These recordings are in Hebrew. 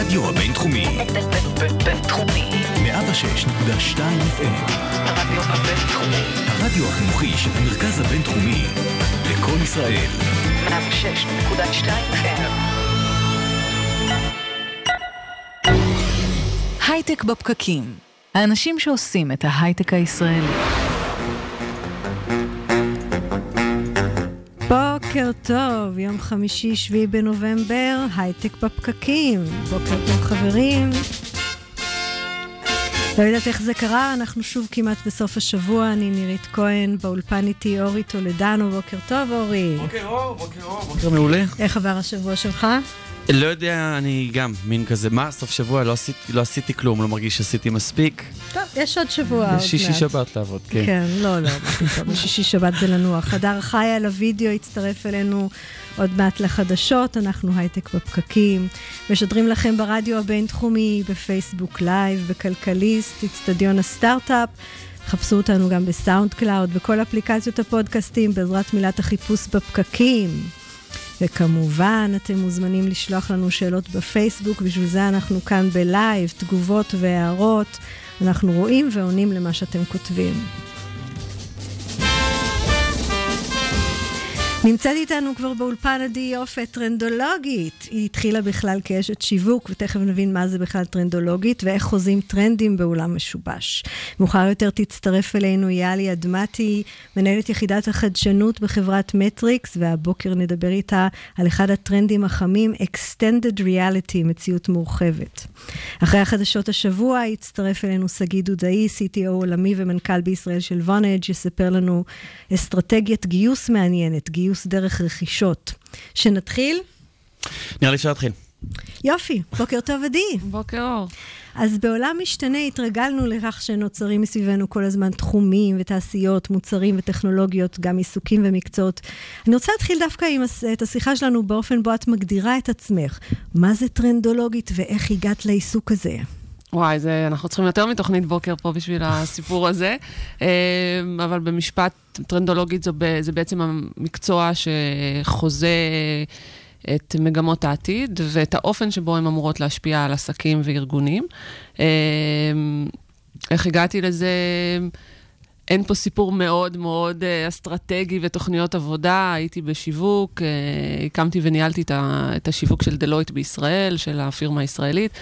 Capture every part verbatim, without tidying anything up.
הרדיו הבינתחומי. בינתחומי. מאה ושש נקודה שתיים אף אם. הרדיו הבינתחומי. הרדיו החינוכי של המרכז הבינתחומי. לקול ישראל. מאה ושש נקודה שתיים אף אם. הייטק בפקקים. האנשים שעושים את ההייטק הישראלי. בוקר טוב, יום חמישי שביעי בנובמבר, הייטק בפקקים. בוקר טוב חברים. לא יודעת איך זה קרה, אנחנו שוב כמעט בסוף השבוע, אני נירית כהן, באולפן איתי אורי תולדנו. בוקר טוב אורי. בוקר אור, בוקר אור, בוקר מעולה. איך עבר השבוע שלך? לא יודע, אני גם מין כזה, מה, סוף שבוע לא עשיתי, לא עשיתי כלום, לא מרגיש שעשיתי מספיק. טוב, יש עוד שבוע. יש שישי שבת לעבוד, כן. כן, לא, לא, פתאום, שישי שבת זה לנוח. חדר חיה לוידאו יצטרף אלינו עוד מעט לחדשות, אנחנו הייטק בפקקים, משדרים לכם ברדיו הבינתחומי, בפייסבוק לייב, בכלכליסט, אצטדיון הסטארט-אפ, חפשו אותנו גם בסאונד קלאוד, בכל אפליקציות הפודקאסטים, בעזרת מילת החיפוש בפקקים. וכמובן, אתם מוזמנים לשלוח לנו שאלות בפייסבוק, בשביל זה אנחנו כאן בלייב, תגובות והערות, אנחנו רואים ועונים למה שאתם כותבים. נמצאת איתנו כבר באולפן עדי יופי, טרנדולוגית. היא התחילה בכלל כאשת שיווק, ותכף נבין מה זה בכלל טרנדולוגית, ואיך חוזים טרנדים בעולם משובש. מאוחר יותר תצטרף אלינו יאלי אדמתי, מנהלת יחידת החדשנות בחברת מטריקס, והבוקר נדבר איתה על אחד הטרנדים החמים, Extended Reality, מציאות מורחבת. אחרי החדשות השבוע, יצטרף אלינו סגי דודאי, סי טי או עולמי ומנכ"ל בישראל של וונאג', יספר לנו אסטרטגיית גיוס מעניינת, גיוס דרך רכישות. שנתחיל? נראה לי שנתחיל. יופי, בוקר טוב עדי. בוקר אור. אז בעולם משתנה התרגלנו לכך שנוצרים מסביבנו כל הזמן תחומים ותעשיות, מוצרים וטכנולוגיות, גם עיסוקים ומקצועות. אני רוצה להתחיל דווקא עם את השיחה שלנו באופן בו את מגדירה את עצמך. מה זה טרנדולוגית ואיך הגעת לעיסוק הזה? וואי, זה, אנחנו צריכים יותר מתוכנית בוקר פה בשביל הסיפור הזה, אבל במשפט טרנדולוגית זה, זה בעצם המקצוע שחוזה את מגמות העתיד, ואת האופן שבו הן אמורות להשפיע על עסקים וארגונים. איך הגעתי לזה? אין פה סיפור מאוד מאוד אסטרטגי ותוכניות עבודה, הייתי בשיווק, הקמתי וניהלתי את השיווק של דלויט בישראל, של הפירמה הישראלית,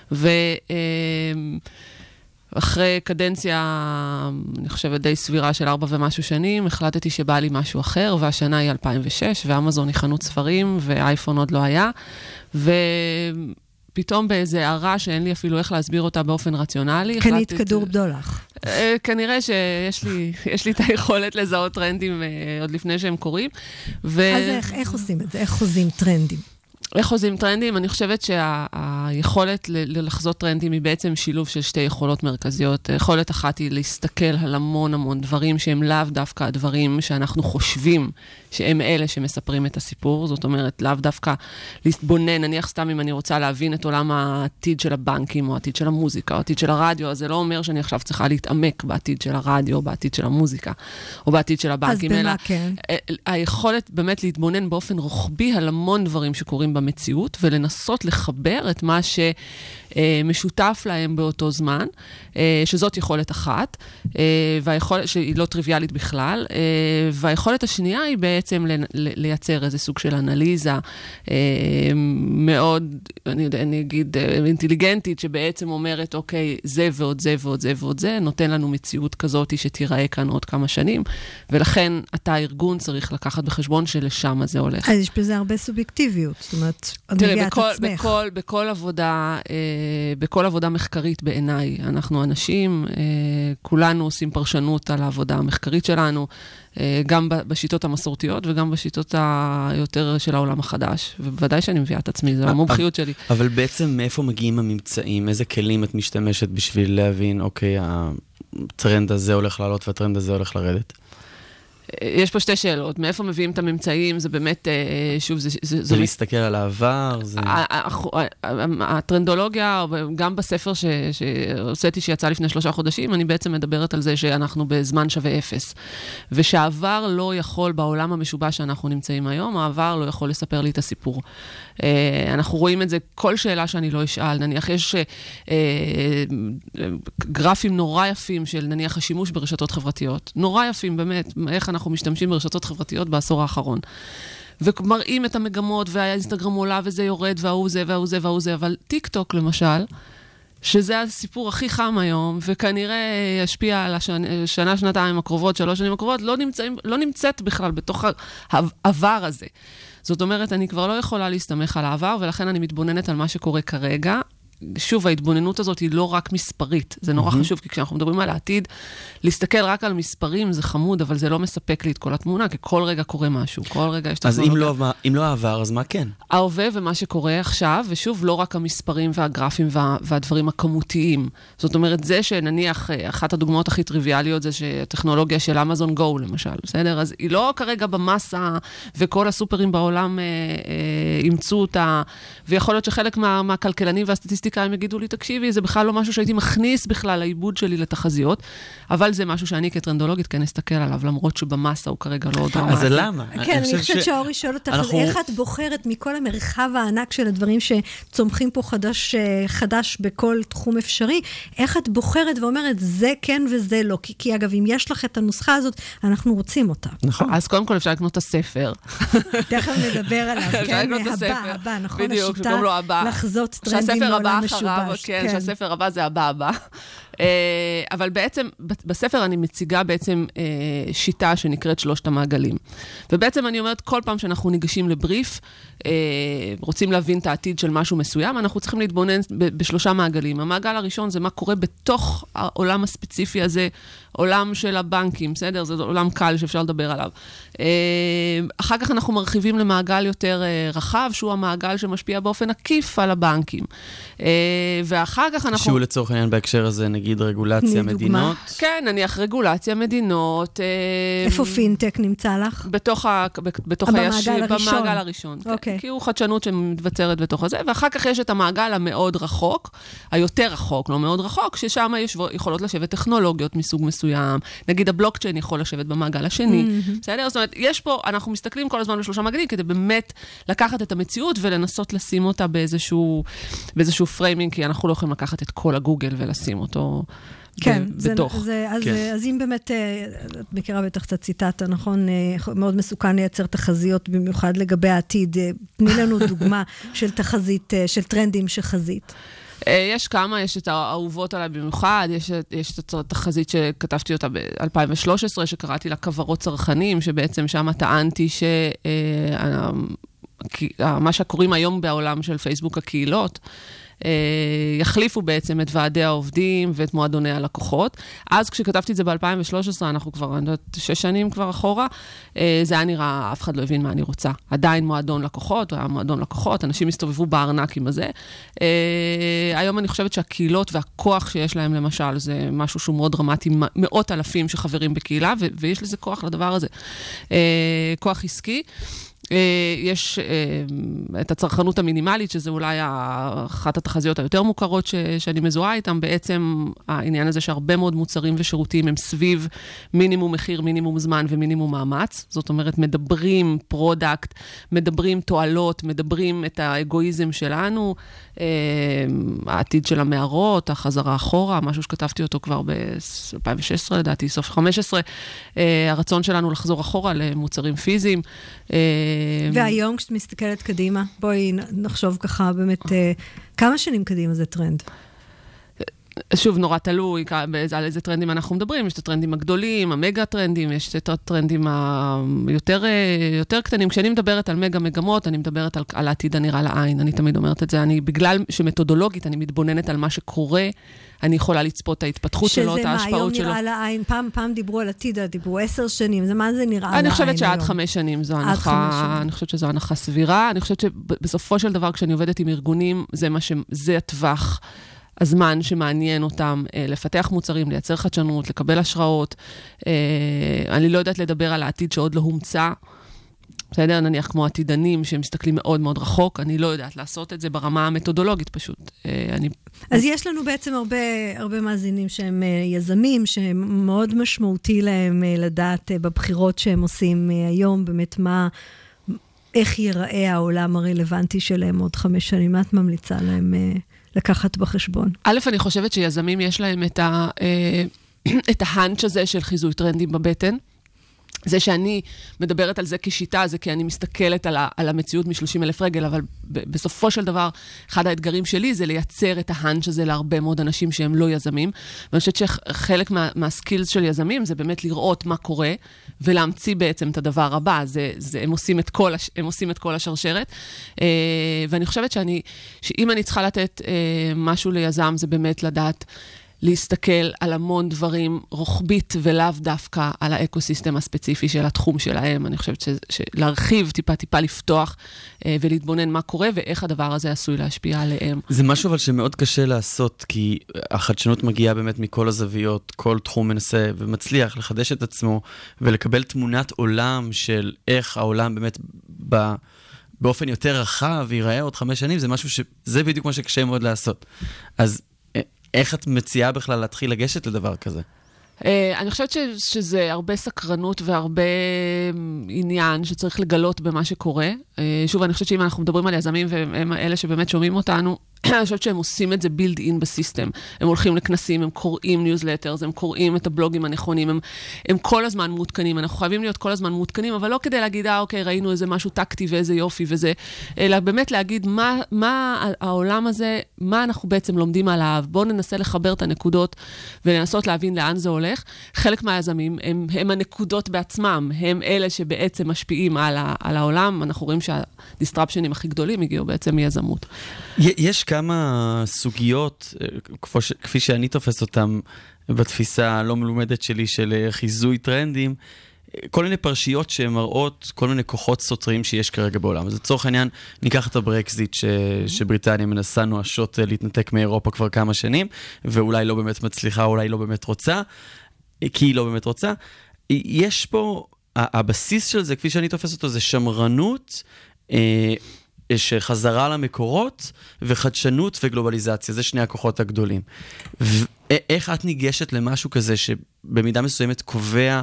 ואחרי קדנציה, אני חושבת די סבירה של ארבע ומשהו שנים, החלטתי שבא לי משהו אחר, והשנה היא אלפיים ושש, ואמזון היא חנות ספרים, ואייפון עוד לא היה, ו... פתאום באיזה הערה שאין לי אפילו איך להסביר אותה באופן רציונלי. קנית כדור בדולח. כנראה שיש לי, יש לי את היכולת לזהות טרנדים עוד לפני שהם קורים. אז איך עושים את זה? איך חוזים טרנדים? איך חוזים טרנדים? אני חושבת שהיכולת לחזות טרנדים היא בעצם שילוב של שתי יכולות מרכזיות. יכולת אחת היא להסתכל על המון המון דברים שהם לאו דווקא הדברים שאנחנו חושבים שהם אלה שמספרים את הסיפור. זאת אומרת, לאו דווקא להתבונן, נניח סתם אם אני רוצה להבין את עולם העתיד של הבנקים, או העתיד של המוזיקה, או העתיד של הרדיו, אז זה לא אומר שאני עכשיו צריכה להתעמק בעתיד של הרדיו, או בעתיד של המוזיקה, או בעתיד של הבנקים. אז במה כן? היכולת באמת להתבונן באופן רוחבי על המון דברים שקורים במציאות, ולנסות לחבר את מה שמשותף להם באותו זמן, שזאת יכולת אחת, והיכולת שהיא לא טריוויאלית בכלל, והיכולת השנייה היא בעצם לייצר איזה סוג של אנליזה מאוד, אני יודע, אני אגיד, אינטליגנטית, שבעצם אומרת, אוקיי, זה ועוד זה ועוד זה ועוד זה, נותן לנו מציאות כזאת שתיראה כאן עוד כמה שנים, ולכן אתה הארגון צריך לקחת בחשבון שלשם זה הולך. אז יש בזה הרבה סובייקטיביות, זאת אומרת, תראה, בכל, בכל, בכל עבודה, בכל עבודה מחקרית בעיניי, אנחנו אנשים, כולנו עושים פרשנות על העבודה המחקרית שלנו, גם בשיטות המסורתיות וגם בשיטות היותר של העולם החדש, ובוודאי שאני מביאה את עצמי, זו המומחיות שלי. אבל בעצם מאיפה מגיעים הממצאים? איזה כלים את משתמשת בשביל להבין, אוקיי, הטרנד הזה הולך לעלות והטרנד הזה הולך לרדת? יש פה שתי שאלות. מאיפה מביאים את הממצאים? זה באמת, שוב, זה... זה, זה להסתכל על העבר, זה... הטרנדולוגיה, גם בספר שעשיתי שיצא לפני שלושה חודשים, אני בעצם מדברת על זה שאנחנו בזמן שווה אפס. ושהעבר לא יכול, בעולם המשובש שאנחנו נמצאים היום, העבר לא יכול לספר לי את הסיפור. אנחנו רואים את זה, כל שאלה שאני לא אשאל, נניח יש גרפים נורא יפים של נניח השימוש ברשתות חברתיות. נורא יפים, באמת, איך אנחנו משתמשים ברשתות חברתיות בעשור האחרון. ומראים את המגמות, והאינסטגרם עולה וזה יורד, והוא זה, והוא זה, והוא זה, אבל טיק טוק למשל, שזה הסיפור הכי חם היום, וכנראה ישפיע על השנה, שנתיים הקרובות, שלוש שנים הקרובות, לא, נמצאים, לא נמצאת בכלל בתוך העבר הזה. זאת אומרת, אני כבר לא יכולה להסתמך על העבר, ולכן אני מתבוננת על מה שקורה כרגע. שוב, ההתבוננות הזאת היא לא רק מספרית. זה נורא חשוב, כי כשאנחנו מדברים על העתיד, להסתכל רק על מספרים זה חמוד, אבל זה לא מספק לי את כל התמונה, כי כל רגע קורה משהו, כל רגע יש טכנולוגיה. אז אם לא, אם לא העבר, אז מה כן? ההווה ומה שקורה עכשיו, ושוב, לא רק המספרים והגרפים וה, והדברים הכמותיים. זאת אומרת, זה שנניח, אחת הדוגמאות הכי טריוויאליות זה שהטכנולוגיה של אמזון גו, למשל, בסדר? אז היא לא כרגע במסה, וכל הסופרים בעולם אה, אה, אימצו אותה, ויכול להיות שחלק מה, מהכלכלנים והסטטיסטיקה הם יגידו לי, תקשיבי, זה בכלל לא משהו שהייתי מכניס בכלל לעיבוד שלי לתחזיות, אבל זה משהו שאני כטרנדולוגית כן אסתכל עליו, למרות שבמסה הוא כרגע לא דרמטי. אז למה? כן, אני חושבת שאורי שואל אותך, איך את בוחרת מכל המרחב הענק של הדברים שצומחים פה חדש בכל תחום אפשרי, איך את בוחרת ואומרת, זה כן וזה לא, כי אגב, אם יש לך את הנוסחה הזאת, אנחנו רוצים אותה. נכון. אז קודם כל אפשר לקנות את הספר. תכף נדבר עליו, כן, הבא, הבא, נכון, השיטה לחזות טרנדים מעולם משובש. כן, שהספר הבא זה הבא הבא. אבל בעצם, בספר אני מציגה בעצם שיטה שנקראת שלושת המעגלים. ובעצם אני אומרת, כל פעם שאנחנו ניגשים לבריף, רוצים להבין את העתיד של משהו מסוים, אנחנו צריכים להתבונן בשלושה מעגלים. המעגל הראשון זה מה קורה בתוך העולם הספציפי הזה, עולם של הבנקים, בסדר? זה עולם קל שאפשר לדבר עליו. אחר כך אנחנו מרחיבים למעגל יותר רחב, שהוא המעגל שמשפיע באופן עקיף על הבנקים. ואחר כך אנחנו... שהוא לצורך העניין בהקשר הזה, נגיד רגולציה מדינות. כן, נניח רגולציה מדינות. איפה פינטק נמצא לך? בתוך במעגל הראשון. במעגל הראשון. כי הוא חדשנות שמתבצרת בתוך הזה, ואחר כך יש את המעגל המאוד רחוק, היותר רחוק, לא מאוד רחוק, ששם יש יכולות לשבת טכנולוגיות מסוג מסוים. נגיד הבלוקצ'יין יכול לשבת במעגל השני. בסדר? זאת אומרת, יש פה, אנחנו מסתכלים כל הזמן בשלושה מעגלים, כדי באמת לקחת את המציאות ולנסות לשים אותה באיזשהו, באיזשהו פריימינג, כי אנחנו לא יכולים לקחת את כל הגוגל ולשים אותו כן, בתוך. זה, אז, כן. אז אם באמת, את מכירה בטח את הציטטה, נכון, מאוד מסוכן לייצר תחזיות, במיוחד לגבי העתיד. תני לנו דוגמה של תחזית, של טרנדים שחזית. יש כמה, יש את האהובות עליי במיוחד, יש, יש את התחזית שכתבתי אותה ב-אלפיים ושלוש עשרה, שקראתי לה כברות צרכנים, שבעצם שם טענתי ש... מה שקוראים היום בעולם של פייסבוק הקהילות, יחליפו בעצם את ועדי העובדים ואת מועדוני הלקוחות. אז כשכתבתי את זה ב-אלפיים ושלוש עשרה, אנחנו כבר, אני יודעת, שש שנים כבר אחורה, זה היה נראה, אף אחד לא הבין מה אני רוצה. עדיין מועדון לקוחות, היה מועדון לקוחות, אנשים הסתובבו בארנקים הזה. היום אני חושבת שהקהילות והכוח שיש להם למשל, זה משהו שהוא מאוד דרמטי, מאות אלפים שחברים בקהילה, ויש לזה כוח לדבר הזה. כוח עסקי. יש את הצרכנות המינימלית, שזה אולי אחת התחזיות היותר מוכרות ש, שאני מזוהה איתם, בעצם העניין הזה שהרבה מאוד מוצרים ושירותים הם סביב מינימום מחיר, מינימום זמן ומינימום מאמץ. זאת אומרת, מדברים פרודקט, מדברים תועלות, מדברים את האגואיזם שלנו, העתיד של המערות, החזרה אחורה, משהו שכתבתי אותו כבר ב-אלפיים ושש עשרה, לדעתי, סוף חמש עשרה, הרצון שלנו לחזור אחורה למוצרים פיזיים. והיום כשאת מסתכלת קדימה, בואי נחשוב ככה באמת, כמה שנים קדימה זה טרנד? שוב, נורא תלוי על איזה טרנדים אנחנו מדברים. יש את הטרנדים הגדולים, המגה טרנדים, יש את הטרנדים היותר יותר קטנים. כשאני מדברת על מגה מגמות, אני מדברת על, על העתיד הנראה לעין. אני תמיד אומרת את זה. אני, בגלל שמתודולוגית, אני מתבוננת על מה שקורה, אני יכולה לצפות את ההתפתחות שלו, את ההשפעות שלו. שזה מה, היום נראה לעין. פעם, פעם דיברו על עתיד, דיברו עשר שנים. זה מה זה נראה לעין? אני חושבת שעד חמש שנים זו הנחה, אני חושבת שזו הנחה סבירה. אני חושבת שבסופו של דבר, כשאני עובדת עם ארגונים, זה מה ש, זה הטווח הזמן שמעניין אותם לפתח מוצרים, לייצר חדשנות, לקבל השראות. אני לא יודעת לדבר על העתיד שעוד לא הומצא. בסדר, נניח כמו עתידנים שמסתכלים מאוד מאוד רחוק, אני לא יודעת לעשות את זה ברמה המתודולוגית פשוט. אני... אז יש לנו בעצם הרבה, הרבה מאזינים שהם יזמים, שמאוד משמעותי להם לדעת בבחירות שהם עושים היום, באמת מה, איך ייראה העולם הרלוונטי שלהם עוד חמש שנים, מה את ממליצה להם לקחת בחשבון? א', אני חושבת שיזמים יש להם את ה, את ההאנץ' הזה של חיזוי טרנדים בבטן, זה שאני מדברת על זה כשיטה, זה כי אני מסתכלת על, ה, על המציאות מ-שלושים אלף רגל, אבל ב- בסופו של דבר, אחד האתגרים שלי זה לייצר את ההאנץ' הזה להרבה מאוד אנשים שהם לא יזמים, ואני חושבת שחלק מה, מהסקילס של יזמים זה באמת לראות מה קורה, ולהמציא בעצם את הדבר הבא, זה, זה, הם, עושים את כל, הש, הם עושים את כל השרשרת, אה, ואני חושבת שאני, שאם אני צריכה לתת אה, משהו ליזם, זה באמת לדעת, להסתכל על המון דברים רוחבית ולאו דווקא על האקוסיסטם הספציפי של התחום שלהם. אני חושבת שלהרחיב טיפה טיפה לפתוח אה, ולהתבונן מה קורה ואיך הדבר הזה עשוי להשפיע עליהם. זה משהו אבל שמאוד קשה לעשות, כי החדשנות מגיעה באמת מכל הזוויות, כל תחום מנסה ומצליח לחדש את עצמו ולקבל תמונת עולם של איך העולם באמת ב... באופן יותר רחב ייראה עוד חמש שנים, זה משהו שזה בדיוק מה שקשה מאוד לעשות. אז איך את מציעה בכלל להתחיל לגשת לדבר כזה? אני חושבת שזה הרבה סקרנות והרבה עניין שצריך לגלות במה שקורה. שוב, אני חושבת שאם אנחנו מדברים על יזמים והם אלה שבאמת שומעים אותנו, אני חושבת שהם עושים את זה build in בסיסטם. הם הולכים לכנסים, הם קוראים ניוזלטרס, הם קוראים את הבלוגים הנכונים, הם, הם כל הזמן מעודכנים. אנחנו חייבים להיות כל הזמן מעודכנים, אבל לא כדי להגיד, אה, אוקיי, ראינו איזה משהו טקטי ואיזה יופי וזה, אלא באמת להגיד מה, מה העולם הזה, מה אנחנו בעצם לומדים עליו. בואו ננסה לחבר את הנקודות ולנסות להבין לאן זה הולך. חלק מהיזמים הם, הם הנקודות בעצמם, הם אלה שבעצם משפיעים על, ה, על העולם. אנחנו רואים שהדיסטרפשנים הכי גדולים הגיעו בעצם מיזמות. יש כמה סוגיות, כפי שאני תופס אותם בתפיסה הלא מלומדת שלי של חיזוי טרנדים, כל מיני פרשיות שמראות כל מיני כוחות סותרים שיש כרגע בעולם. אז לצורך העניין, ניקח את הברקזיט ש... שבריטניה מנסה נואשות להתנתק מאירופה כבר כמה שנים, ואולי לא באמת מצליחה, אולי לא באמת רוצה, כי היא לא באמת רוצה. יש פה, הבסיס של זה, כפי שאני תופס אותו, זה שמרנות, שחזרה למקורות וחדשנות וגלובליזציה, זה שני הכוחות הגדולים. איך את ניגשת למשהו כזה שבמידה מסוימת קובע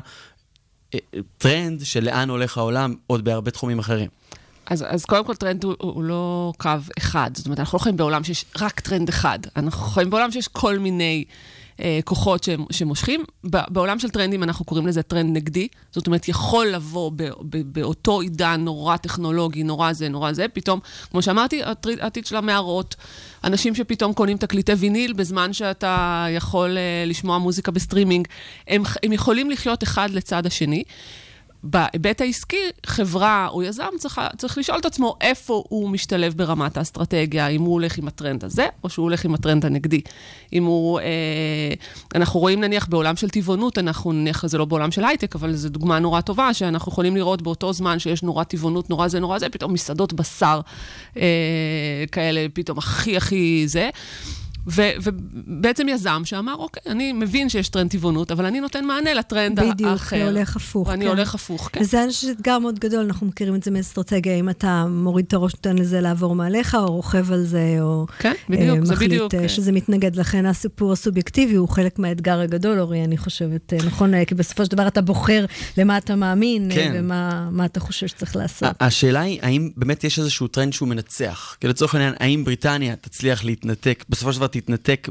טרנד של לאן הולך העולם עוד בהרבה תחומים אחרים? אז, אז קודם כל טרנד הוא, הוא לא קו אחד, זאת אומרת, אנחנו לא חיים בעולם שיש רק טרנד אחד, אנחנו חיים בעולם שיש כל מיני כוחות שמושכים. בעולם של טרנדים אנחנו קוראים לזה טרנד נגדי, זאת אומרת, יכול לבוא באותו עידן נורא טכנולוגי, נורא זה, נורא זה, פתאום, כמו שאמרתי, העתיד של המערות, אנשים שפתאום קונים תקליטי ויניל, בזמן שאתה יכול לשמוע מוזיקה בסטרימינג, הם, הם יכולים לחיות אחד לצד השני. בהיבט העסקי, חברה או יזם צריך, צריך לשאול את עצמו איפה הוא משתלב ברמת האסטרטגיה, אם הוא הולך עם הטרנד הזה, או שהוא הולך עם הטרנד הנגדי. אם הוא, אה, אנחנו רואים נניח בעולם של טבעונות, אנחנו נניח, זה לא בעולם של הייטק, אבל זו דוגמה נורא טובה, שאנחנו יכולים לראות באותו זמן שיש נורא טבעונות, נורא זה, נורא זה, פתאום מסעדות בשר אה, כאלה, פתאום הכי הכי זה. ו- ובעצם יזם שאמר, אוקיי, אני מבין שיש טרנד טבעונות, אבל אני נותן מענה לטרנד האחר. בדיוק, אני הולך הפוך. ואני כן. הולך הפוך, כן. וזה אתגר מאוד גדול, אנחנו מכירים את זה מאסטרטגיה, אם אתה מוריד את הראש, נותן לזה לעבור מעליך, או רוכב על זה, או כן, בדיוק, אה, זה מחליט בדיוק, אה, שזה מתנגד. לכן הסיפור הסובייקטיבי הוא חלק מהאתגר הגדול, אורי, אני חושבת, אה, נכון, אה, כי בסופו של דבר אתה בוחר למה אתה מאמין, כן. אה, ומה מה אתה חושב שצריך לעשות. השאלה היא, האם באמת יש איזשהו טרנד שהוא מנצח? כי לצורך העניין, האם בריטניה תצליח להתנתק, בסופו של דבר תתנתק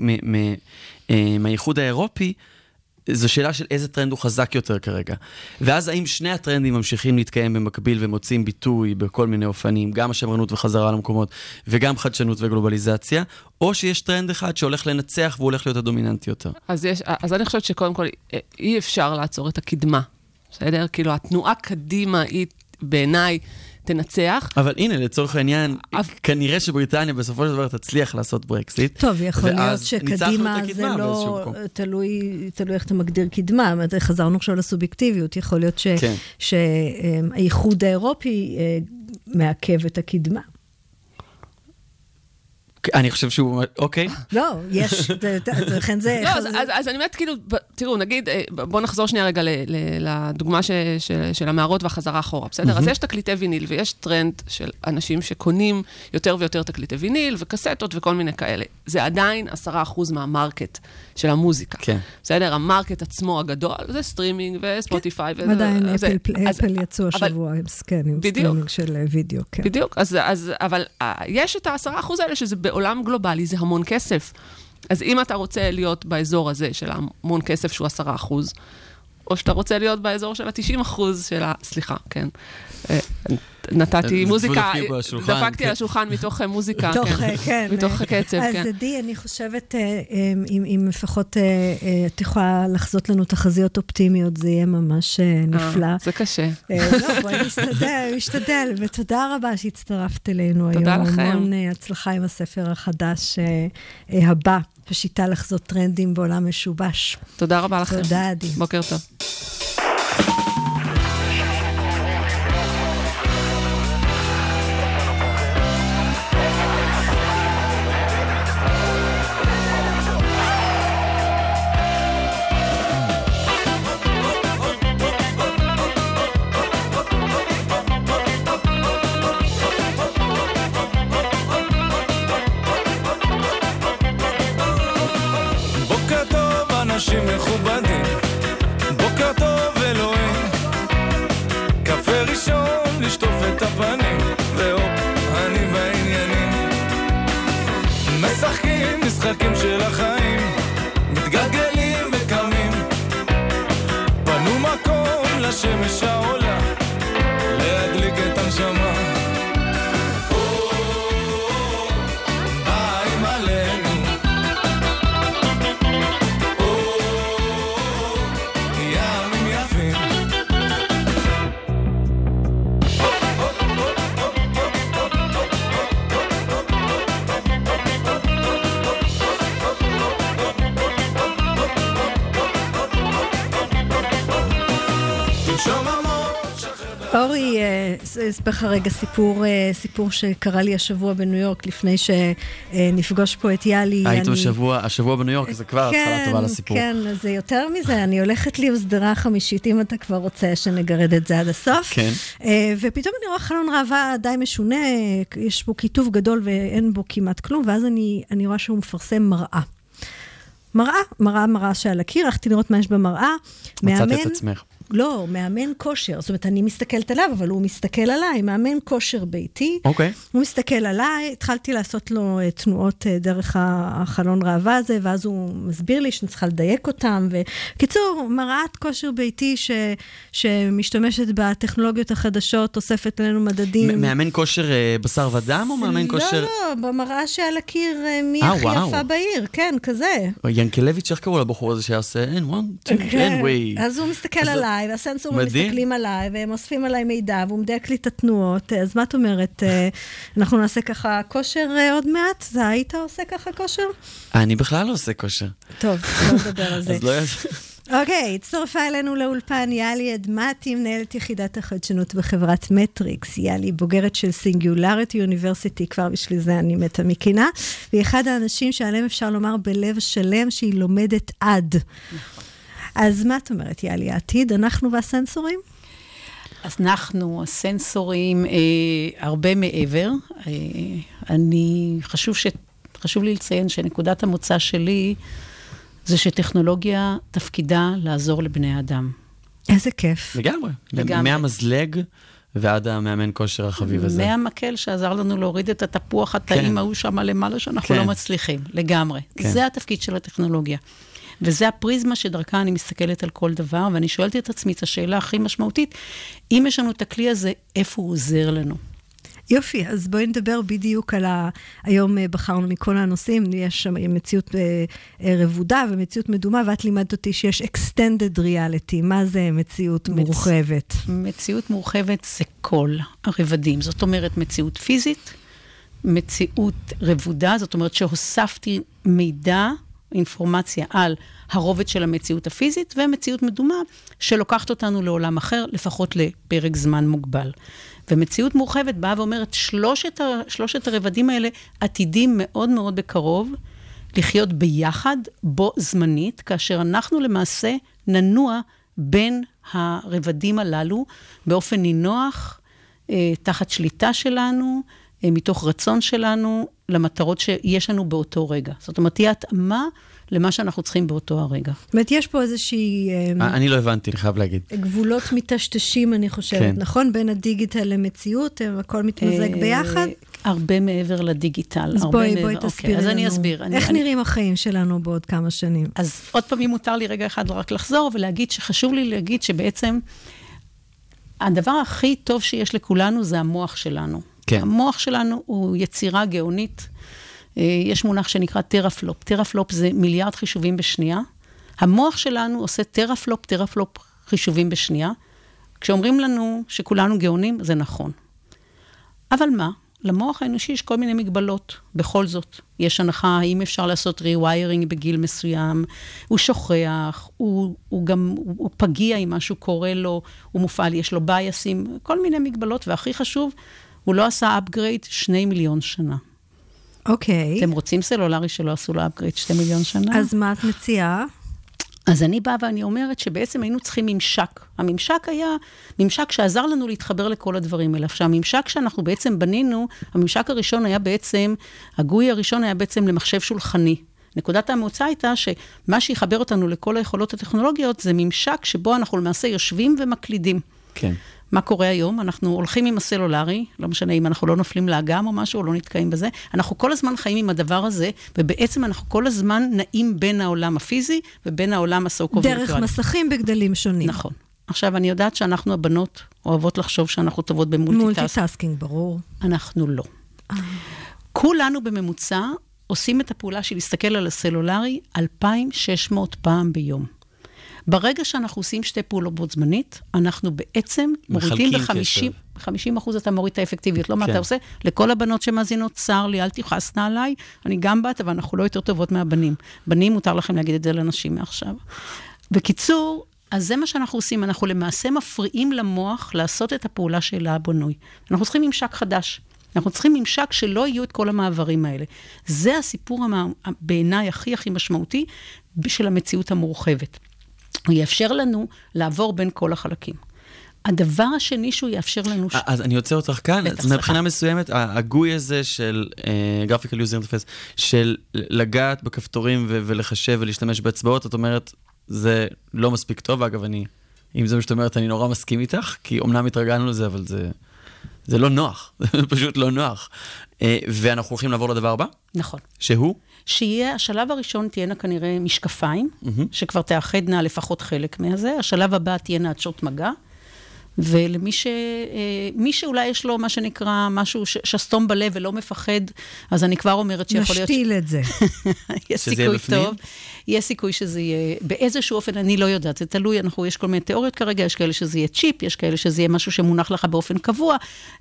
מהייחוד האירופי, זו שאלה של איזה טרנד הוא חזק יותר כרגע. ואז האם שני הטרנדים ממשיכים להתקיים במקביל ומוצאים ביטוי בכל מיני אופנים, גם השמרנות וחזרה למקומות, וגם חדשנות וגלובליזציה, או שיש טרנד אחד שהולך לנצח והוא הולך להיות הדומיננטי יותר? אז, יש, אז אני חושבת שקודם כל אי אפשר לעצור את הקדמה. בסדר? כאילו התנועה קדימה היא בעיניי תנצח. אבל הנה, לצורך העניין, כנראה שבריטניה בסופו של דבר תצליח לעשות ברקסיט. טוב, יכול להיות שקדימה זה לא תלוי איך אתה מגדיר קדמה. חזרנו עכשיו לסובייקטיביות. יכול להיות שהייחוד האירופי מעכב את הקדמה. אני חושב שהוא, אוקיי. לא, יש, לכן זה... לא, אז אני אומרת, כאילו, תראו, נגיד, בואו נחזור שנייה רגע לדוגמה של המערות והחזרה אחורה, בסדר? אז יש תקליטי ויניל, ויש טרנד של אנשים שקונים יותר ויותר תקליטי ויניל, וקסטות וכל מיני כאלה. זה עדיין עשרה אחוז מהמרקט של המוזיקה. כן. בסדר? המרקט עצמו הגדול, זה סטרימינג וספוטיפיי. עדיין אפל יצאו השבוע, כן, עם סטרימינג של וידאו, כן. בדיוק, אבל יש את ה-עשרה אחוז האלה שזה בעולם גלובלי, זה המון כסף. אז אם אתה רוצה להיות באזור הזה של המון כסף שהוא עשרה אחוז, או שאתה רוצה להיות באזור של ה-תשעים אחוז של ה... סליחה, כן. נתתי מוזיקה, דפקתי על השולחן מתוך מוזיקה, מתוך קצב, כן. אז עדי, אני חושבת, אם לפחות את יכולה לחזות לנו תחזיות אופטימיות, זה יהיה ממש נפלא. זה קשה. לא, בואי נשתדל, נשתדל, ותודה רבה שהצטרפת אלינו היום. תודה לכם. המון הצלחה עם הספר החדש הבא, בשיטה לחזות טרנדים בעולם משובש. תודה רבה לכם. תודה, עדי. בוקר טוב. אנשים מכובדים, בוקר טוב אלוהים, קפה ראשון לשטוף את הפנים, והופ, אני בעניינים, משחקים משחקים של החיים, מתגלגלים וקמים, פנו מקום לשמש העולה, להדליק את הנשמה. אורי, אספר לך רגע סיפור, סיפור שקרה לי השבוע בניו יורק, לפני שנפגוש פה את יאלי. היית בשבוע, השבוע בניו יורק, זה כבר התחלה טובה לסיפור. כן, זה יותר מזה, אני הולכת לי הסדרה חמישית, אם אתה כבר רוצה שנגרד את זה עד הסוף. כן. ופתאום אני רואה חלון ראווה די משונה, יש בו כיתוב גדול ואין בו כמעט כלום, ואז אני, אני רואה שהוא מפרסם מראה. מראה, מראה, מראה שעל הקיר, הלכתי לראות מה יש במראה. מצאת את עצמך. לא, מאמן כושר. זאת אומרת, אני מסתכלת עליו, אבל הוא מסתכל עליי, מאמן כושר ביתי. אוקיי. הוא מסתכל עליי, התחלתי לעשות לו תנועות דרך החלון ראווה הזה, ואז הוא מסביר לי שאני צריכה לדייק אותם. וקיצור, מראת כושר ביתי ש... שמשתמשת בטכנולוגיות החדשות, אוספת לנו מדדים. מאמן כושר בשר ודם או מאמן כושר... לא, לא, במראה שעל הקיר, מי הכי יפה בעיר, כן, כזה. ינקלביץ', איך קראו לבחור הזה שעושה, אין, וואן, טו, אין ווי. אז הוא מסתכל עליי, והסנסורים מסתכלים עליי, והם אוספים עליי מידע, והוא מדייק לי את התנועות. אז מה את אומרת? אנחנו נעשה ככה כושר עוד מעט? זה היית עושה ככה כושר? אני בכלל לא עושה כושר. טוב, לא נדבר על זה. אז לא יעשה. אוקיי, הצטרפה אלינו לאולפן יאלי אדמתי, מנהלת יחידת החדשנות בחברת מטריקס. יאלי בוגרת של סינגולריטי יוניברסיטי, כבר בשביל זה אני מתה מקינה, והיא אחד האנשים שעליהם אפשר לומר בלב שלם שהיא לומדת עד. אז מה את אומרת, יאלי, העתיד, אנחנו והסנסורים? אז אנחנו, הסנסורים, אה, הרבה מעבר. אה, אני, חשוב, ש, חשוב לי לציין שנקודת המוצא שלי, זה שטכנולוגיה תפקידה לעזור לבני אדם. איזה כיף. לגמרי. לגמרי. מהמזלג ועד המאמן כושר החביב הזה. מהמקל שעזר לנו להוריד את התפוח הטעים, כן. ההוא שם למעלה שאנחנו כן. לא מצליחים. לגמרי. כן. זה התפקיד של הטכנולוגיה. וזה הפריזמה שדרכה אני מסתכלת על כל דבר, ואני שואלת את עצמי את השאלה הכי משמעותית, אם יש לנו את הכלי הזה, איפה הוא עוזר לנו? יופי, אז בואי נדבר בדיוק על ה... היום בחרנו מכל הנושאים, יש שם מציאות רבודה ומציאות מדומה, ואת לימדת אותי שיש extended reality. מה זה מציאות מצ... מורחבת? מציאות מורחבת זה כל הרבדים. זאת אומרת, מציאות פיזית, מציאות רבודה, זאת אומרת שהוספתי מידע, אינפורמציה על הרובד של המציאות הפיזית, ומציאות מדומה שלוקחת אותנו לעולם אחר, לפחות לפרק זמן מוגבל. ומציאות מורחבת באה ואומרת, שלושת, ה, שלושת הרבדים האלה עתידים מאוד מאוד בקרוב, לחיות ביחד, בו זמנית, כאשר אנחנו למעשה ננוע בין הרבדים הללו, באופן נינוח, אה, תחת שליטה שלנו, אה, מתוך רצון שלנו, למטרות שיש לנו באותו רגע. זאת אומרת, תהיה התאמה למה שאנחנו צריכים באותו הרגע. זאת אומרת, יש פה איזושהי... אני לא הבנתי, אני חייב להגיד. גבולות מטשטשים, אני חושבת, נכון? בין הדיגיטל למציאות, הכל מתמזג ביחד? הרבה מעבר לדיגיטל. אז בואי, בואי תסבירי לנו. אז אני אסביר. איך נראים החיים שלנו בעוד כמה שנים? אז עוד פעם, אם מותר לי רגע אחד רק לחזור ולהגיד שחשוב לי להגיד שבעצם הדבר הכי טוב שיש לכולנו זה המוח שלנו. כן. המוח שלנו הוא יצירה גאונית. יש מונח שנקרא טרפלופ. טרפלופ זה מיליארד חישובים בשנייה. המוח שלנו עושה טרפלופ, טרפלופ חישובים בשנייה. כשאומרים לנו שכולנו גאונים, זה נכון. אבל מה? למוח האנושי יש כל מיני מגבלות. בכל זאת, יש הנחה, האם אפשר לעשות rewiring בגיל מסוים, הוא שוכח, הוא, הוא גם, הוא, הוא פגיע אם משהו קורה לו, הוא מופעל, יש לו בייסים, כל מיני מגבלות, והכי חשוב, הוא לא עשה upgrade שני מיליון שנה. אוקיי. אתם רוצים סלולרי שלא עשו לו upgrade שתי מיליון שנה? אז מה את מציעה? אז אני באה ואני אומרת שבעצם היינו צריכים ממשק. הממשק היה ממשק שעזר לנו להתחבר לכל הדברים האלה. עכשיו, הממשק שאנחנו בעצם בנינו, הממשק הראשון היה בעצם, הגוי הראשון היה בעצם למחשב שולחני. נקודת המוצא הייתה שמה שיחבר אותנו לכל היכולות הטכנולוגיות, זה ממשק שבו אנחנו למעשה יושבים ומקלידים. כן. מה קורה היום? אנחנו הולכים עם הסלולרי, לא משנה אם אנחנו לא נופלים לאגם או משהו, או לא נתקעים בזה. אנחנו כל הזמן חיים עם הדבר הזה, ובעצם אנחנו כל הזמן נעים בין העולם הפיזי, ובין העולם הסו-קו וירטואלי. דרך מסכים בגדלים שונים. נכון. עכשיו, אני יודעת שאנחנו הבנות אוהבות לחשוב שאנחנו טובות במולטיטאסקינג. מולטיטאסקינג, ברור. אנחנו לא. כולנו בממוצע עושים את הפעולה של להסתכל על הסלולרי אלפיים ושש מאות פעם ביום. ברגע שאנחנו עושים שתי פעולות בו זמנית, אנחנו בעצם מורידים ב-חמישים אחוז אתה מוריד את האפקטיביות. לא מה אתה עושה? לכל הבנות שמאזינות, צר לי, אל תיחסנה עליי, אני גם בת, אבל אנחנו לא יותר טובות מהבנים. בנים, מותר לכם להגיד את זה לנשים מעכשיו. בקיצור, אז זה מה שאנחנו עושים, אנחנו למעשה מפריעים למוח לעשות את הפעולה שלה הבונוי. אנחנו צריכים ממשק חדש. אנחנו צריכים ממשק שלא יהיו את כל המעברים האלה. זה הסיפור בעיניי הכי הכי משמעותי של המציאות המורחבת. הוא יאפשר לנו לעבור בין כל החלקים. הדבר השני שהוא יאפשר לנו... אז אני יוצא אותך כאן, מבחינה מסוימת, הגוי הזה של Graphical User Interface, של לגעת בכפתורים ולחשב ולהשתמש באצבעות, את אומרת, זה לא מספיק טוב, אגב, אני, אם זה מה שאת אומרת, אני נורא מסכים איתך, כי אמנם התרגלנו לזה, אבל זה, זה לא נוח, זה פשוט לא נוח. ואנחנו הולכים לעבור לדבר הבא? נכון. שהוא? שיהיה, השלב הראשון תהיינה כנראה משקפיים, mm-hmm. שכבר תאחדנה לפחות חלק מהזה, השלב הבא תהיינה עדשות מגע, ולמי ש... מי שאולי יש לו מה שנקרא משהו שסתום בלב ולא מפחד, אז אני כבר אומרת שיכול להיות... נשתיל את זה. יש סיכוי טוב. יש סיכוי שזה יהיה, באיזשהו אופן, אני לא יודעת, זה תלוי, אנחנו, יש כל מיני תיאוריות כרגע, יש כאלה שזה יהיה צ'יפ, יש כאלה שזה יהיה משהו שמונח לך באופן קבוע,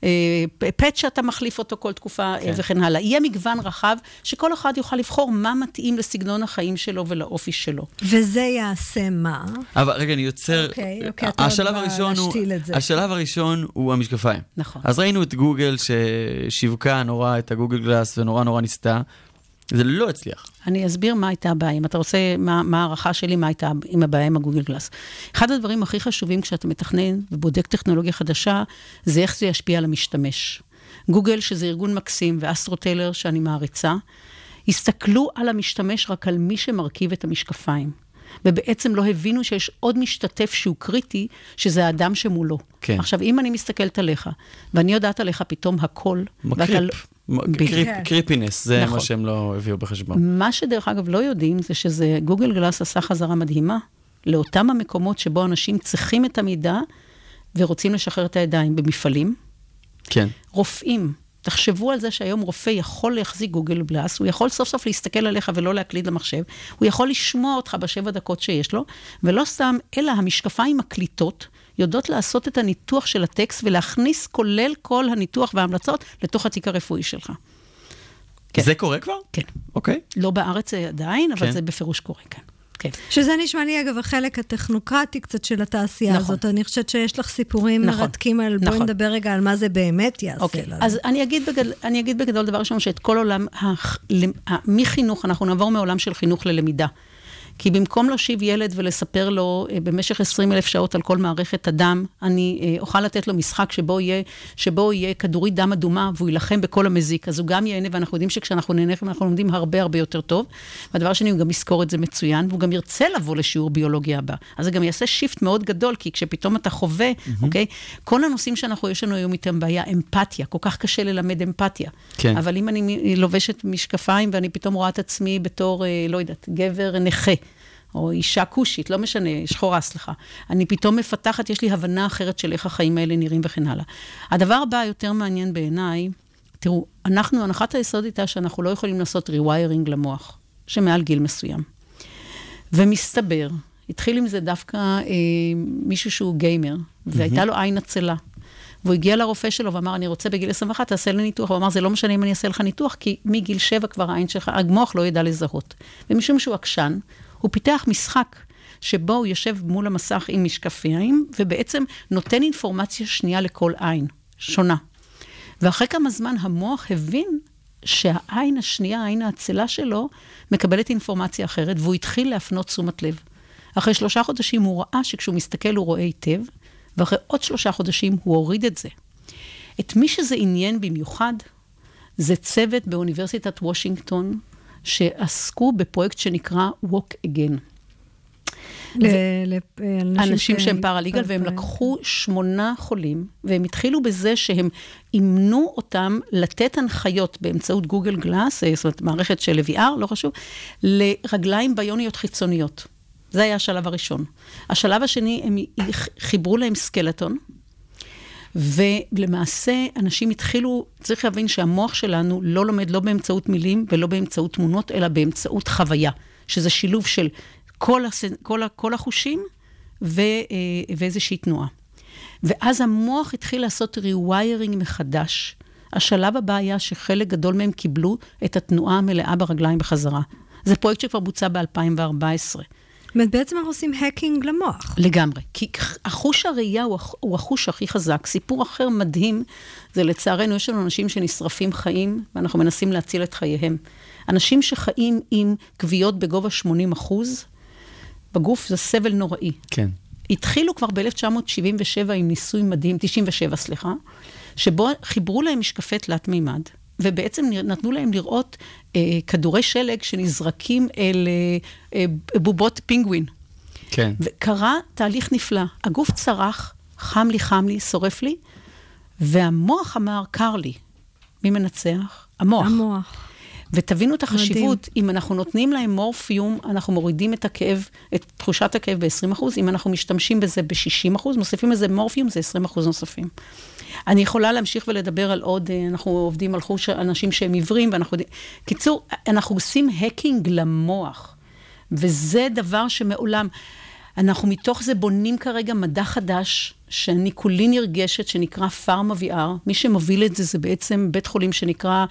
פט שאתה מחליף אותו כל תקופה, כן. וכן הלאה. יהיה מגוון רחב, שכל אחד יוכל לבחור מה מתאים לסגנון החיים שלו ולאופי שלו. וזה יעשה מה? אבל רגע, אני יוצר... אוקיי, אוקיי, השלב הראשון הוא... השלב הראשון הוא המשקפיים. נכון. אז ראינו את גוגל ששיווקה נורא את הגוגל גלאס ונורא נורא ניסתה. זה לא הצליח. אני אסביר מה הייתה הבעיה. אם אתה רוצה, מה, מה הערכה שלי, מה הייתה עם הבעיה עם הגוגל גלאס. אחד הדברים הכי חשובים כשאתה מתכנן ובודק טכנולוגיה חדשה, זה איך זה ישפיע על המשתמש. גוגל, שזה ארגון מקסים, ואסטרוטיילר שאני מעריצה, הסתכלו על המשתמש רק על מי שמרכיב את המשקפיים. ובעצם לא הבינו שיש עוד משתתף שהוא קריטי, שזה האדם שמולו. כן. עכשיו, אם אני מסתכלת עליך, ואני יודעת עליך פתאום הכל, מקריפ. קריפינס, זה מה שהם לא הביאו בחשבון. מה שדרך אגב לא יודעים, זה שזה גוגל גלאס עשה חזרה מדהימה, לאותם המקומות שבו אנשים צריכים את המידע, ורוצים לשחרר את הידיים במפעלים. כן. רופאים. תחשבו על זה שהיום רופא יכול להחזיק גוגל גלאס, הוא יכול סוף סוף להסתכל עליך ולא להקליד למחשב, הוא יכול לשמוע אותך בשבע דקות שיש לו, ולא סתם, אלא המשקפיים מקליטות, יודעות לעשות את הניתוח של הטקסט, ולהכניס כולל כל הניתוח וההמלצות, לתוך התיק הרפואי שלך. כן. זה קורה כבר? כן. אוקיי. לא בארץ עדיין, אבל כן. זה בפירוש קורה, כן. כן. שזה נשמע לי, אגב, החלק הטכנוקרטי קצת של התעשייה נכון. הזאת. אני חושבת שיש לך סיפורים נכון. מרתקים על, בואי נכון. נדבר רגע על מה זה באמת יעשה אוקיי. לנו. אז אני אגיד, בגדול, אני אגיד בגדול דבר ראשון, שאת כל עולם, מחינוך, אנחנו נעבור מעולם של חינוך ללמידה. כי במקום להושיב ילד ולספר לו במשך עשרים אלף שעות על כל מערכת הדם, אני אוכל לתת לו משחק שבו יהיה, שבו יהיה כדורית דם אדומה, והוא ילחם בכל המזיק. אז הוא גם ייהנה, ואנחנו יודעים שכשאנחנו נהנה, אנחנו לומדים הרבה הרבה יותר טוב. והדבר שני, הוא גם יזכור את זה מצוין, והוא גם ירצה לבוא לשיעור ביולוגיה הבא. אז זה גם יעשה שיפט מאוד גדול, כי כשפתאום אתה חווה, mm-hmm. אוקיי? כל הנושאים שאנחנו, יש לנו היום איתם בעיה, אמפתיה. כל כך קשה ללמד אמפתיה. כן. אבל אם אני לובשת משקפיים, ואני פתאום רואה את עצמי בתור, לא יודעת, גבר נכה, או אישה קושית, לא משנה, שחורה, סליחה. אני פתאום מפתחת, יש לי הבנה אחרת של איך החיים האלה נראים וכן הלאה. הדבר הבא היותר מעניין בעיניי, תראו, אנחנו, הנחת היסוד איתה שאנחנו לא יכולים לעשות rewiring למוח, שמעל גיל מסוים. ומסתבר, התחיל עם זה דווקא אה, מישהו שהוא גיימר, והייתה לו עין עצלה. והוא הגיע לרופא שלו ואמר, אני רוצה בגיל עשרים ואחת, תעשה לי ניתוח. הוא אמר, זה לא משנה אם אני אעשה לך ניתוח, כי מגיל שבע כבר העין שלך, המוח לא ידע לזהות. ומשום שהוא עקשן, הוא פיתח משחק שבו הוא יושב מול המסך עם משקפיים, ובעצם נותן אינפורמציה שנייה לכל עין, שונה. ואחרי כמה זמן המוח הבין שהעין השנייה, העין העצלה שלו, מקבלת אינפורמציה אחרת, והוא התחיל להפנות תשומת לב. אחרי שלושה חודשים הוא ראה שכשהוא מסתכל הוא רואה היטב, ואחרי עוד שלושה חודשים הוא הוריד את זה. את מי שזה עניין במיוחד, זה צוות באוניברסיטת וושינגטון, שעסקו בפרויקט שנקרא Walk Again. אנשים שהם פרליגל, והם לקחו שמונה חולים, והם התחילו בזה שהם אימנו אותם לתת הנחיות באמצעות גוגל גלאס, זאת אומרת, מערכת של וי אר, לא חשוב, לרגליים ביוניות חיצוניות. זה היה השלב הראשון. השלב השני, הם חיברו להם סקלטון, ולמעשה אנשים התחילו, צריך להבין שהמוח שלנו לא לומד לא באמצעות מילים ולא באמצעות תמונות, אלא באמצעות חוויה, שזה שילוב של כל, הס... כל, ה... כל החושים ו... ואיזושהי תנועה. ואז המוח התחיל לעשות rewiring מחדש. השלב הבא היה שחלק גדול מהם קיבלו את התנועה המלאה ברגליים בחזרה. זה פרויקט שכבר בוצע ב-אלפיים וארבע עשרה. זאת אומרת, בעצם אנחנו עושים הקינג למוח. לגמרי. כי החוש הראייה הוא, הוא החוש הכי חזק. סיפור אחר מדהים, זה לצערנו, יש לנו אנשים שנשרפים חיים, ואנחנו מנסים להציל את חייהם. אנשים שחיים עם כוויות בגובה שמונים אחוז, בגוף זה סבל נוראי. כן. התחילו כבר ב-אלף תשע מאות שבעים ושבע עם ניסוי מדהים, תשעים ושבע, סליחה, שבו חיברו להם משקפי תלת מימד, ובעצם נתנו להם לראות אה, כדורי שלג שנזרקים אל אה, אה, בובות פינגווין. כן. וקרה תהליך נפלא. הגוף צרח, חם לי, חם לי, שורף לי, והמוח אמר, קר לי. מי מנצח? המוח. המוח. ותבינו את החשיבות, מדהים. אם אנחנו נותנים להם מורפיום, אנחנו מורידים את הכאב, את תחושת הכאב ב-עשרים אחוז, אם אנחנו משתמשים בזה ב-שישים אחוז, מוסיפים לזה מורפיום, זה עשרים אחוז נוספים. אני יכולה להמשיך ולדבר על עוד, אנחנו עובדים על חוש אנשים שהם עיוורים, ואנחנו, קיצור, אנחנו עושים הקינג למוח, וזה דבר שמעולם, אנחנו מתוך זה בונים כרגע מדע חדש, שאני כולי נרגשת, שנקרא פארמה וי אר, מי שמוביל את זה, זה בעצם בית חולים שנקרא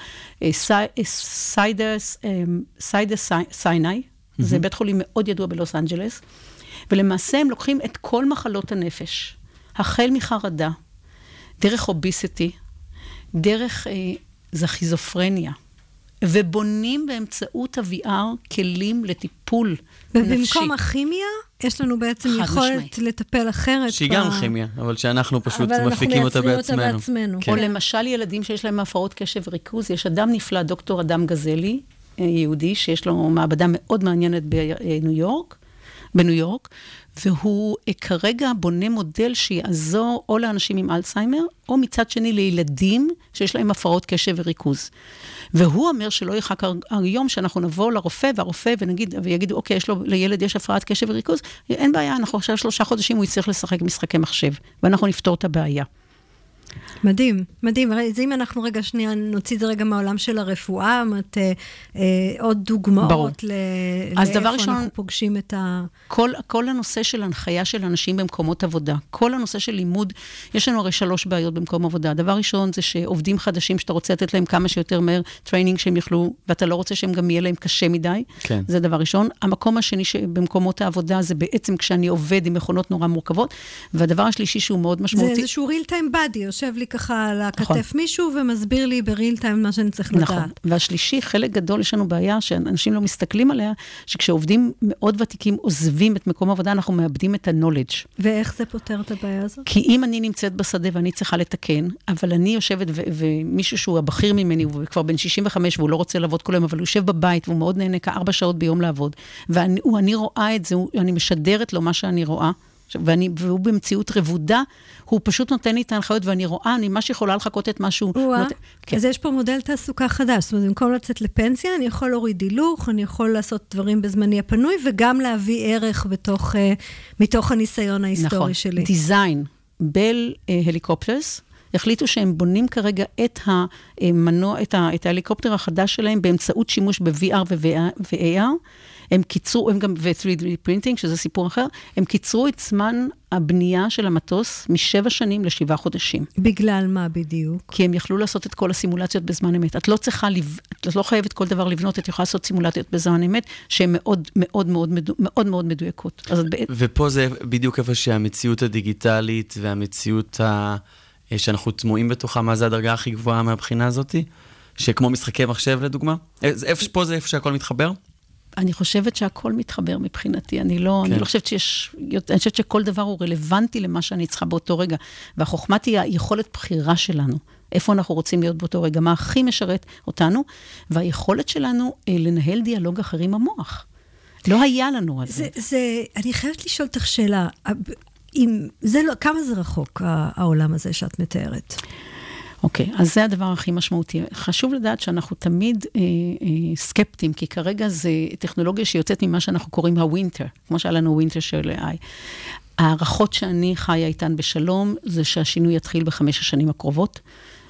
סיידס סיני, זה בית חולים מאוד ידוע בלוס אנג'לס, ולמעשה הם לוקחים את כל מחלות הנפש, החל מחרדה, דרך אוביסיטי, דרך אה, זכיזופרניה, ובונים באמצעות ה-וי אר כלים לטיפול נפשי. ובמקום הכימיה, יש לנו בעצם יכולת לטפל אחרת. שהיא גם כימיה, אבל שאנחנו פשוט מפיקים אותה בעצמנו. אותה בעצמנו. או למשל ילדים שיש להם הפרעות קשב וריכוז, יש אדם נפלא, דוקטור אדם גזלי, יהודי, שיש לו מעבדה מאוד מעניינת בניו יורק, בניו יורק, והוא כרגע בונה מודל שיעזור או לאנשים עם אלצהיימר, או מצד שני לילדים שיש להם הפרעות קשב וריכוז. והוא אומר שלא יחק היום שאנחנו נבוא לרופא, והרופא ונגיד, ויגידו, אוקיי, יש לו, לילד יש הפרעת קשב וריכוז, אין בעיה, אנחנו עכשיו שלושה חודשים, הוא יצטרך לשחק משחקי מחשב, ואנחנו נפתור את הבעיה. מדהים, מדהים. אז אם אנחנו רגע שנייה נוציא את זה רגע מהעולם של הרפואה, את, אה, אה, עוד דוגמאות ל, לאיפה ראשון, אנחנו פוגשים את ה... כל, כל הנושא של הנחיה של אנשים במקומות עבודה, כל הנושא של לימוד, יש לנו הרי שלוש בעיות במקום עבודה. הדבר ראשון זה שעובדים חדשים, שאתה רוצה לתת להם כמה שיותר מהר טריינינג שהם יוכלו, ואתה לא רוצה שהם גם יהיה להם קשה מדי. כן. זה דבר ראשון. המקום השני שבמקומות העבודה זה בעצם כשאני עובד עם מכונות נורא מורכבות, והדבר השלישי שהוא מאוד משמעותי. זה איזשהו real time body, יושב לי ככה על הכתף נכון. מישהו ומסביר לי ב-real time מה שאני צריך נכון. לדעת. והשלישי, חלק גדול יש לנו בעיה שאנשים לא מסתכלים עליה, שכשעובדים מאוד ותיקים עוזבים את מקום העבודה, אנחנו מאבדים את ה-knowledge. ואיך זה פותר את הבעיה הזאת? כי אם אני נמצאת בשדה ואני צריכה לתקן, אבל אני יושבת ו- ומישהו שהוא הבכיר ממני, הוא כבר בן שישים וחמש והוא לא רוצה לעבוד כל היום, אבל הוא יושב בבית והוא מאוד נהנה כארבע שעות ביום לעבוד, ואני אני רואה את זה, אני משדרת לו מה שאני רואה, ואני, והוא במציאות רבודה, הוא פשוט נותן לי את ההנחיות, ואני רואה, אני ממש יכולה לחכות את משהו. נות... כן. אז יש פה מודל תעסוקה חדש, זאת אומרת, במקום לצאת לפנסיה, אני יכול להוריד הילוך, אני יכול לעשות דברים בזמני הפנוי, וגם להביא ערך בתוך, uh, מתוך הניסיון ההיסטורי נכון. שלי. דיזיין, בל הליקופטרס, החליטו שהם בונים כרגע את המנוע, את, ה, את ההליקופטר החדש שלהם, באמצעות שימוש ב-וי אר ו-איי אר, הם קיצרו, הם גם ו-תרי די printing, שזה סיפור אחר, הם קיצרו את זמן הבנייה של המטוס משבע שנים לשבעה חודשים. בגלל מה בדיוק? כי הם יכלו לעשות את כל הסימולציות בזמן אמת. את לא צריכה, לב... את לא חייבת כל דבר לבנות, את יכולה לעשות סימולציות בזמן אמת, שהן מאוד מאוד מאוד, מאוד, מאוד מדויקות. אז את... ופה זה בדיוק איפה שהמציאות הדיגיטלית והמציאות ה... שאנחנו תמועים בתוכה, מה זה הדרגה הכי גבוהה מהבחינה הזאת? שכמו משחקי מחשב לדוגמה? איפה פה זה איפה שהכל מתחבר? אני חושבת שהכל מתחבר מבחינתי, אני לא, כן. אני לא חושבת שיש, אני חושבת שכל דבר הוא רלוונטי למה שאני צריכה באותו רגע, והחוכמת היא היכולת בחירה שלנו, איפה אנחנו רוצים להיות באותו רגע, מה הכי משרת אותנו, והיכולת שלנו לנהל דיאלוג אחר עם המוח. לא היה לנו על זה. זה, זה, אני חייבת לשאול אותך שאלה, אם, זה לא, כמה זה רחוק, העולם הזה שאת מתארת? אוקיי, אז זה הדבר הכי משמעותי. חשוב לדעת שאנחנו תמיד אה, אה, סקפטים, כי כרגע זה טכנולוגיה שיוצאת ממה שאנחנו קוראים הווינטר, כמו שהיה לנו ווינטר של איי. הערכות שאני חיה איתן בשלום, זה שהשינוי יתחיל בחמש השנים הקרובות.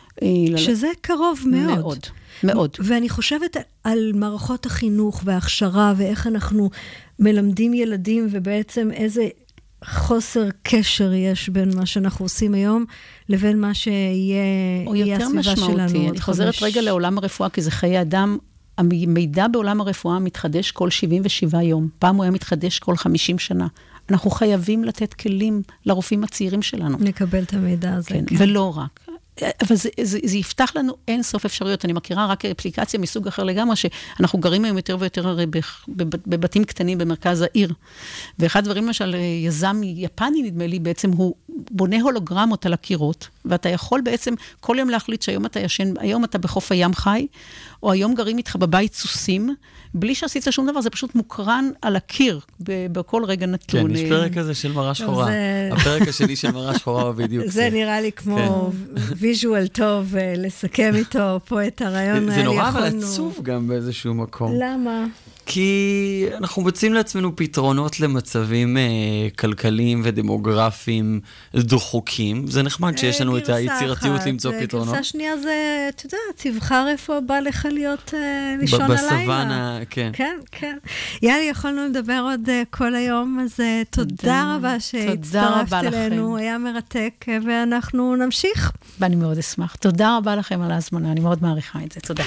שזה קרוב מאוד. מאוד, מאוד. ואני חושבת על מערכות החינוך וההכשרה, ואיך אנחנו מלמדים ילדים, ובעצם איזה... חוסר קשר יש בין מה שאנחנו עושים היום, לבין מה שיהיה הסביבה שלנו. או יותר משמעותי. אני חוזרת רגע לעולם הרפואה, כי זה חיי אדם. המידע בעולם הרפואה מתחדש כל שבעים ושבעה יום. פעם הוא היה מתחדש כל חמישים שנה. אנחנו חייבים לתת כלים לרופאים הצעירים שלנו. לקבל את המידע הזה. כן, ולא רק. אבל זה, זה, זה יפתח לנו אין סוף אפשרויות. אני מכירה רק אפליקציה מסוג אחר לגמרי, שאנחנו גרים היום יותר ויותר הרי בבתים קטנים במרכז העיר. ואחד הדברים למשל, יזם יפני נדמה לי, בעצם הוא בונה הולוגרמות על הקירות, ואתה יכול בעצם כל יום להחליט שהיום אתה ישן, היום אתה בחוף הים חי, או היום גרים איתך בבית סוסים, בלי שעשית שום דבר, זה פשוט מוקרן על הקיר, בכל רגע נתון. כן, יש פרק כזה של מראה שחורה. זה... הפרק השני של מראה שחורה בדיוק. זה, זה נראה לי כמו כן. ויז'ואל טוב, לסכם איתו פה את הרעיון. זה נורא אבל עצוב גם באיזשהו מקום. למה? כי אנחנו מוצאים לעצמנו פתרונות למצבים אה, כלכליים ודמוגרפיים דוחוקים. זה נחמד שיש לנו את היצירתיות למצוא פתרונות. גרסה שנייה זה, אתה יודע, תבחר איפה בא לך להיות אה, לישון הלילה. בסוואנה, כן. כן, כן. יאללה, יכולנו לדבר עוד אה, כל היום, אז אה, תודה, תודה רבה שהצטרפת אלינו. היה מרתק, ואנחנו נמשיך. ואני מאוד אשמח. תודה רבה לכם על ההזמנה, אני מאוד מעריכה את זה. תודה.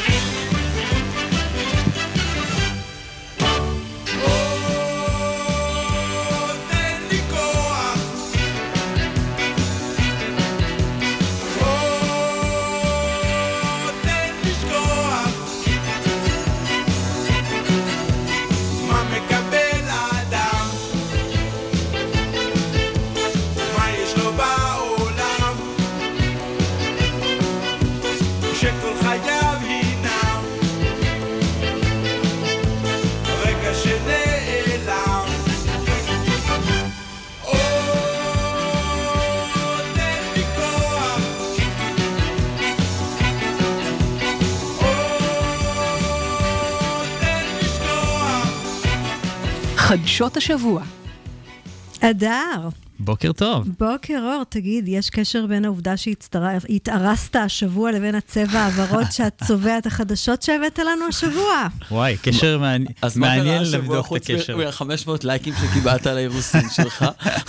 חדשות השבוע. אדר. בוקר טוב. בוקר אור, תגיד, יש קשר בין העובדה שהתארסת השבוע לבין הצבע הוורוד שאת צובע את החדשות שהבאת לנו השבוע? וואי, קשר מעניין לבדוק את הקשר. אז מה חמש מאות לייקים שקיבלת על האירוסין שלך?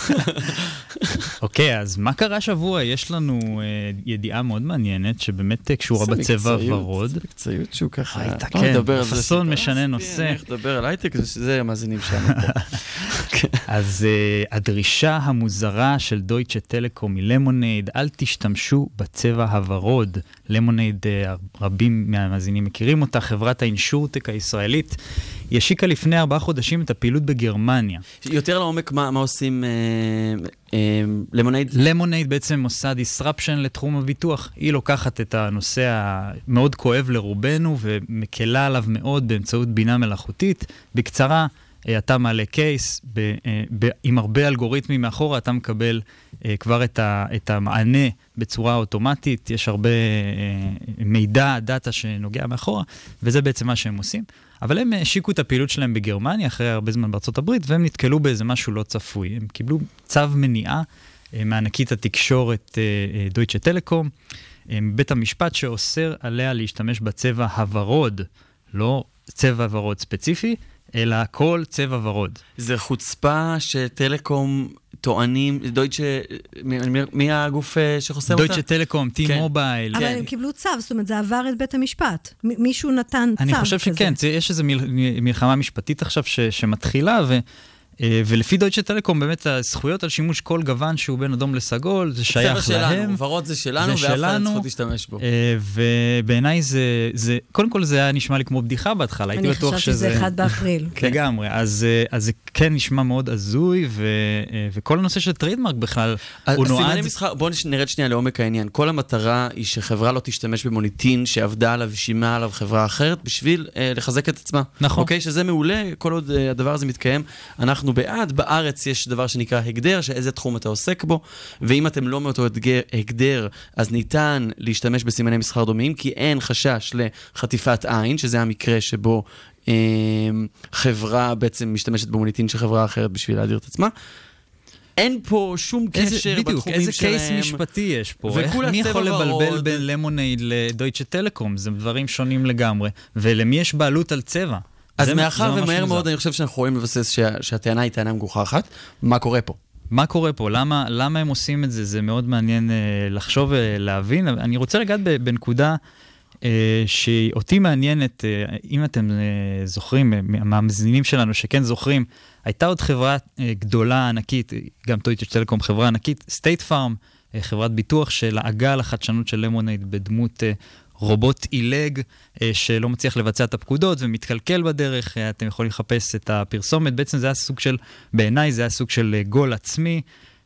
אוקיי, אז מה קרה שבוע? יש לנו ידיעה מאוד מעניינת שבאמת קשורה בצבע הוורוד. זה מקצועיות שהוא ככה... כן, פסון משנה נושא. איך לדבר על הייטק, זה מאזינים שלנו פה. אז הדרישה המוזרה של דויטשה טלקום מלמונייד, אל תשתמשו בצבע הוורוד. למונייד, רבים מהמאזינים מכירים אותה, חברת האינשורטק הישראלית, היא השיקה לפני ארבעה חודשים את הפעילות בגרמניה. יותר לעומק, מה, מה עושים אה, אה, למונייד? למונייד בעצם עושה disruption לתחום הביטוח. היא לוקחת את הנושא המאוד כואב לרובנו ומקלה עליו מאוד באמצעות בינה מלאכותית. בקצרה, אתה מעלה קייס, ב, ב, עם הרבה אלגוריתמים מאחורה, אתה מקבל uh, כבר את, ה, את המענה בצורה אוטומטית, יש הרבה uh, מידע, דאטה שנוגע מאחורה, וזה בעצם מה שהם עושים. אבל הם השיקו את הפעילות שלהם בגרמניה, אחרי הרבה זמן בארצות הברית, והם נתקלו באיזה משהו לא צפוי. הם קיבלו צו מניעה uh, מענקית התקשורת uh, דויטשה טלקום, uh, בית המשפט שאוסר עליה להשתמש בצבע הוורוד, לא צבע ורוד ספציפי, אלא כל צבע ורוד. זה חוצפה שטלקום טוענים, דויטשה, מי הגוף שחוסם אותה? דויטשה טלקום, טי מובייל. אבל הם קיבלו צו, זאת אומרת, זה עבר את בית המשפט. מישהו נתן צו כזה. אני חושב שכן, יש איזו מלחמה משפטית עכשיו שמתחילה, ו... ולפי דויטשה טלקום, באמת הזכויות על שימוש כל גוון שהוא בין אדום לסגול, זה שייך להם. ורוד זה שלנו, ואף אחד צריך להשתמש בו. ובעיניי זה, זה, קודם כל זה היה נשמע לי כמו בדיחה בהתחלה. אני חושב שזה אחד באפריל. לגמרי, אז זה כן נשמע מאוד עזוי, וכל הנושא של טריידמרק בכלל, הוא נועד... בואו נרד שנייה לעומק העניין. כל המטרה היא שחברה לא תשתמש במוניטין שעבדה עליו ושימה עליו חברה אחרת, בשביל לחזק את עצמה. נכון. אוקיי, שזה מעולה, כל עוד הדבר הזה מתקיים. אנחנו אנחנו בעד, בארץ יש דבר שנקרא הגדר, שאיזה תחום אתה עוסק בו, ואם אתם לא מאותו הגדר, אז ניתן להשתמש בסימני מסחר דומיים, כי אין חשש לחטיפת עין, שזה המקרה שבו אה, חברה בעצם משתמשת במוניטין של חברה אחרת בשביל להדיר את עצמה. אין פה שום איזה, קשר בדיוק, בתחומים איזה שלהם. איזה קייס משפטי יש פה? איך, מי יכול לבלבל בין למונייד לדויטשה טלקום? זה דברים שונים לגמרי. ולמי יש בעלות על צבע? אז מאחר ומהר מאוד אני חושב שאנחנו יכולים לבסס שה, שהטענה היא טענה מגוחכת. מה קורה פה? מה קורה פה? למה, למה הם עושים את זה? זה מאוד מעניין אה, לחשוב ולהבין. אני רוצה לגעת בנקודה אה, שאותי מעניינת, אה, אם אתם אה, זוכרים, מהמאזינים שלנו שכן זוכרים, הייתה עוד חברה אה, גדולה, ענקית, גם דויטשה טלקום, חברה ענקית, סטייט פארם, אה, חברת ביטוח שלעגה לחדשנות של למונייד בדמות... אה, רובוט אילג שלא מצליח לבצע את הפקודות ומתקלקל בדרך, אתם יכולים לחפש את הפרסומת, בעצם זה היה סוג של, בעיניי זה היה סוג של גול עצמי,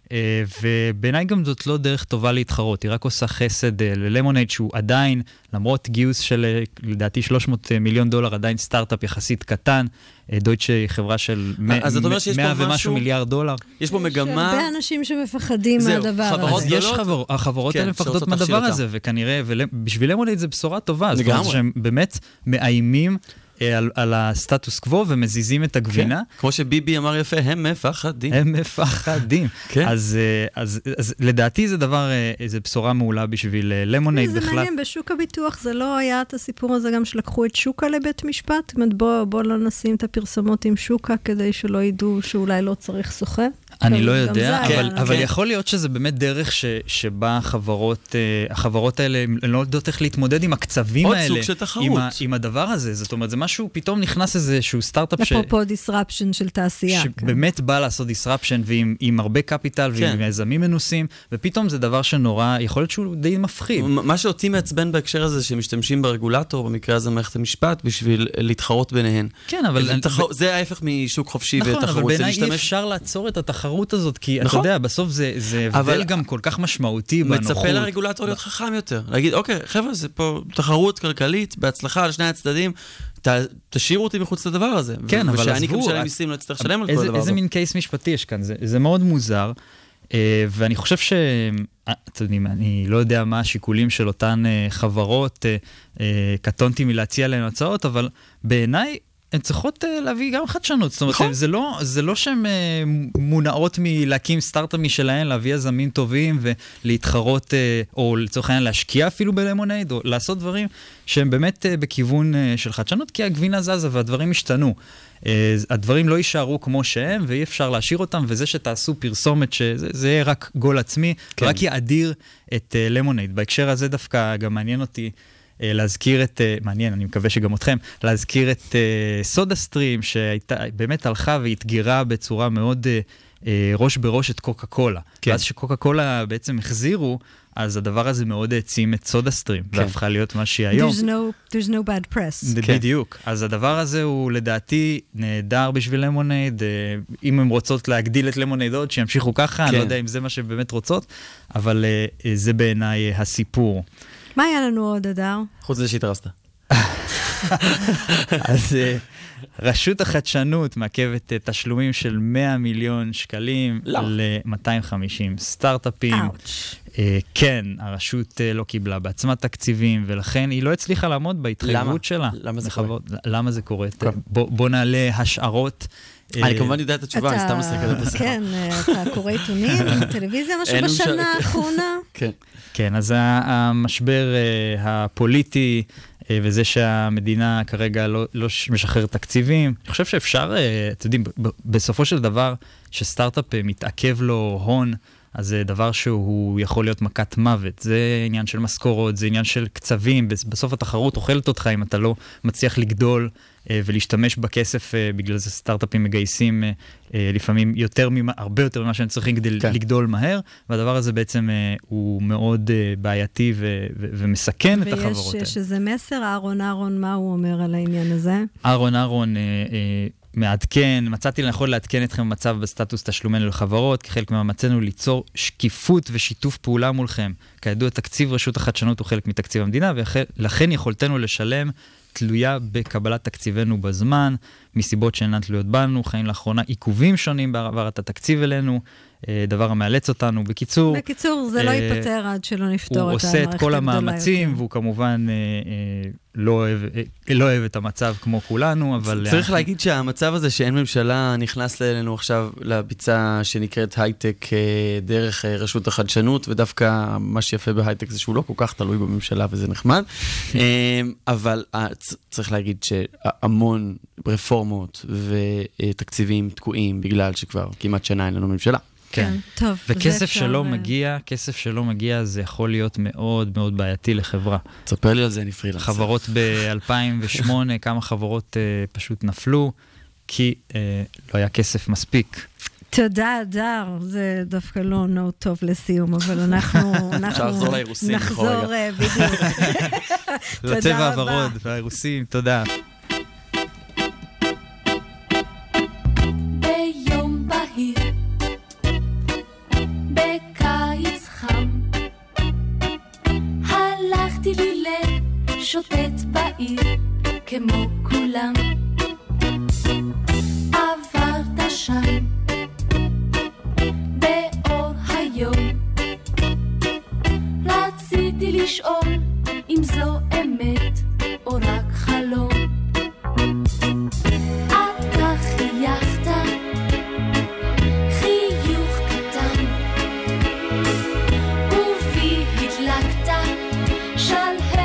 ובעיניי גם זאת לא דרך טובה להתחרות, היא רק עושה חסד ללמונייד שהוא עדיין, למרות גיוס של לדעתי שלוש מאות מיליון דולר, עדיין סטארט-אפ יחסית קטן, דויטשה היא חברה של מאה ומשהו מיליארד דולר. יש פה מגמה... יש הרבה אנשים שמפחדים מהדבר הזה. יש חברות, החברות האלה מפחדות מהדבר הזה, וכנראה, בשביל למונייד זה בשורה טובה, זאת אומרת שהם באמת מאיימים על, על הסטטוס קוו ומזיזים את הגבינה. כן. כמו שביבי אמר יפה, הם מפחדים. הם מפחדים. כן. אז, אז, אז לדעתי זה דבר, זה בשורה מעולה בשביל למונייד בכלל. זה מעניין, בשוק הביטוח זה לא היה את הסיפור הזה גם שלקחו את שוקה לבית משפט? זאת אומרת, בוא, בוא לא נשים את הפרסומות עם שוקה כדי שלא ידעו שאולי לא צריך סוחר? אני לא יודע, אבל, אבל יכול להיות שזה באמת דרך ש, שבה החברות, החברות האלה, הן לא יודעות איך להתמודד עם הקצבים האלה. עוד סוג של תחרות. עם, ה, עם הדבר הזה. זאת אומרת, זה משהו, פתאום נכנס איזשהו סטארט-אפ ש... אפרופו disruption של תעשייה. שבאמת בא לעשות disruption, ועם עם הרבה קפיטל, ועם יזמים מנוסים, ופתאום זה דבר שנורא, יכול להיות שהוא די מפחיד. מה שאותי מעצבן בהקשר הזה, שמשתמשים ברגולטור, במקרה הזה מערכת המשפט, בשביל להתחרות ביניהן. כן, אבל... זה ההפך משוק חופשי ותחרות. נכון, אבל בעיניי אי אפשר לעצור את התחרות הזאת, כי אתה יודע, בסוף זה הבדל גם כל כך משמעותי בנוחות. מצפה לרגולטור להיות חכם יותר. להגיד, אוקיי, חבר'ה, זה פה תחרות כלכלית, בהצלחה על שני הצדדים, תשאירו אותי מחוץ לדבר הזה. כן, אבל ושאני כמשלם מיסים לא אצטרך לשלם על כל הדבר הזה. איזה מין קייס משפטי יש כאן? זה מאוד מוזר, ואני חושב ש... אתם יודעים, אני לא יודע מה השיקולים של אותן חברות, קטונתי מלהציע להן הצעות, אבל בעיניי, הן צריכות uh, להביא גם חדשנות, זאת אומרת, נכון. זה לא, זה לא שהן uh, מונעות מלהקים סטארט-אפ משלהן, להביא יזמים טובים ולהתחרות, uh, או לצורך העניין להשקיע אפילו בלמונייד, או לעשות דברים שהם באמת uh, בכיוון uh, של חדשנות, כי הגבינה זזה והדברים השתנו. Uh, הדברים לא יישארו כמו שהם, ואי אפשר להשאיר אותם, וזה שתעשו פרסומת, שזה יהיה רק גול עצמי, כן. רק יאדיר את uh, למונייד. בהקשר הזה דווקא גם מעניין אותי, להזכיר את, מעניין, אני מקווה שגם אתכם, להזכיר את סודה סטרים, שהייתה, באמת הלכה והתגירה בצורה מאוד ראש בראש את קוקה קולה. כן. ואז שקוקה קולה בעצם החזירו, אז הדבר הזה מאוד העצים את סודה סטרים, כן. והפכה להיות מה שהיא היום. There's no, there's no bad press. כן. בדיוק. אז הדבר הזה הוא לדעתי נהדר בשביל למונייד, אם הם רוצות להגדיל את למונייד עוד, שימשיכו ככה, כן. אני לא יודע אם זה מה שבאמת רוצות, אבל זה בעיניי הסיפור. מה היה לנו עוד, אדר? חוץ לזה שהתרסת. אז רשות החדשנות מעכבת תשלומים של מאה מיליון שקלים ל-מאתיים וחמישים סטארט-אפים. כן, הרשות לא קיבלה בעצמה תקציבים, ולכן היא לא הצליחה לעמוד בהתחייבות שלה. למה זה קורה? למה זה קורה? בוא נעלה השערות. אני כמובן יודע את התשובה, אני סתם מסתכל את השיחה. כן, אתה קורא עיתונים, טלוויזיה, משהו בשנה האחרונה. כן. כן, אז המשבר הפוליטי, וזה שהמדינה כרגע לא, לא משחרר תקציבים, אני חושב שאפשר, אתם יודעים, בסופו של דבר, שסטארט-אפ מתעכב לו הון, אז זה דבר שהוא יכול להיות מכת מוות. זה עניין של משכורות, זה עניין של קצבים. בסוף התחרות אוכלת אותך אם אתה לא מצליח לגדול ולהשתמש בכסף, בגלל זה סטארט-אפים מגייסים לפעמים יותר, הרבה יותר ממה שהם צריכים כדי כן. לגדול מהר, והדבר הזה בעצם הוא מאוד בעייתי ו- ו- ומסכן את החברות. ויש איזה מסר, אהרון אהרון, מה הוא אומר על העניין הזה? אהרון אהרון... מעדכן, מצאתי לנכון לעדכן אתכם במצב בסטטוס תשלומנו לחברות, כחלק מהמצאנו ליצור שקיפות ושיתוף פעולה מולכם. כידוע, תקציב רשות החדשנות הוא חלק מתקציב המדינה, ולכן יכולתנו לשלם תלויה בקבלת תקציבנו בזמן, מסיבות שאינן תלויות בנו, חיים לאחרונה עיכובים שונים בהעברת התקציב אלינו, דבר המאלץ אותנו. בקיצור... בקיצור, זה לא ייפטר עד שלא נפתור את המערכת הגדולה יותר. הוא עושה את כל המאמצים, והוא כמובן לא אוהב, לא אוהב את המצב כמו כולנו, אבל... צריך להגיד שהמצב הזה שאין ממשלה נכנס אלינו עכשיו לביצה שנקראת הייטק דרך רשות החדשנות, ודווקא מה שיפה בהייטק זה שהוא לא כל כך תלוי בממשלה, וזה נחמד. אבל צריך להגיד שהמון רפורמות ותקציבים תקועים בגלל שכבר כמעט שנה אין לנו ממשלה. כן, טוב. וכסף שלא מגיע, כסף שלא מגיע זה יכול להיות מאוד מאוד בעייתי לחברה. תספר לי על זה, נפריע לך. חברות ב-אלפיים ושמונה, כמה חברות פשוט נפלו, כי לא היה כסף מספיק. תודה, אדר. זה דווקא לא נאות טוב לסיום, אבל אנחנו... אפשר לחזור לאירוסים. נחזור בדיוק. לצבע הוורוד והאירוסים, תודה. ביום בהיר בקיץ חם הלכתי לי לשוטט בעיר כמו כולם עברת שם באור היום רציתי לשאול אם זו אמת או רק חלום אתה חייכת חיוך קטן ובי הדלקת שלהבת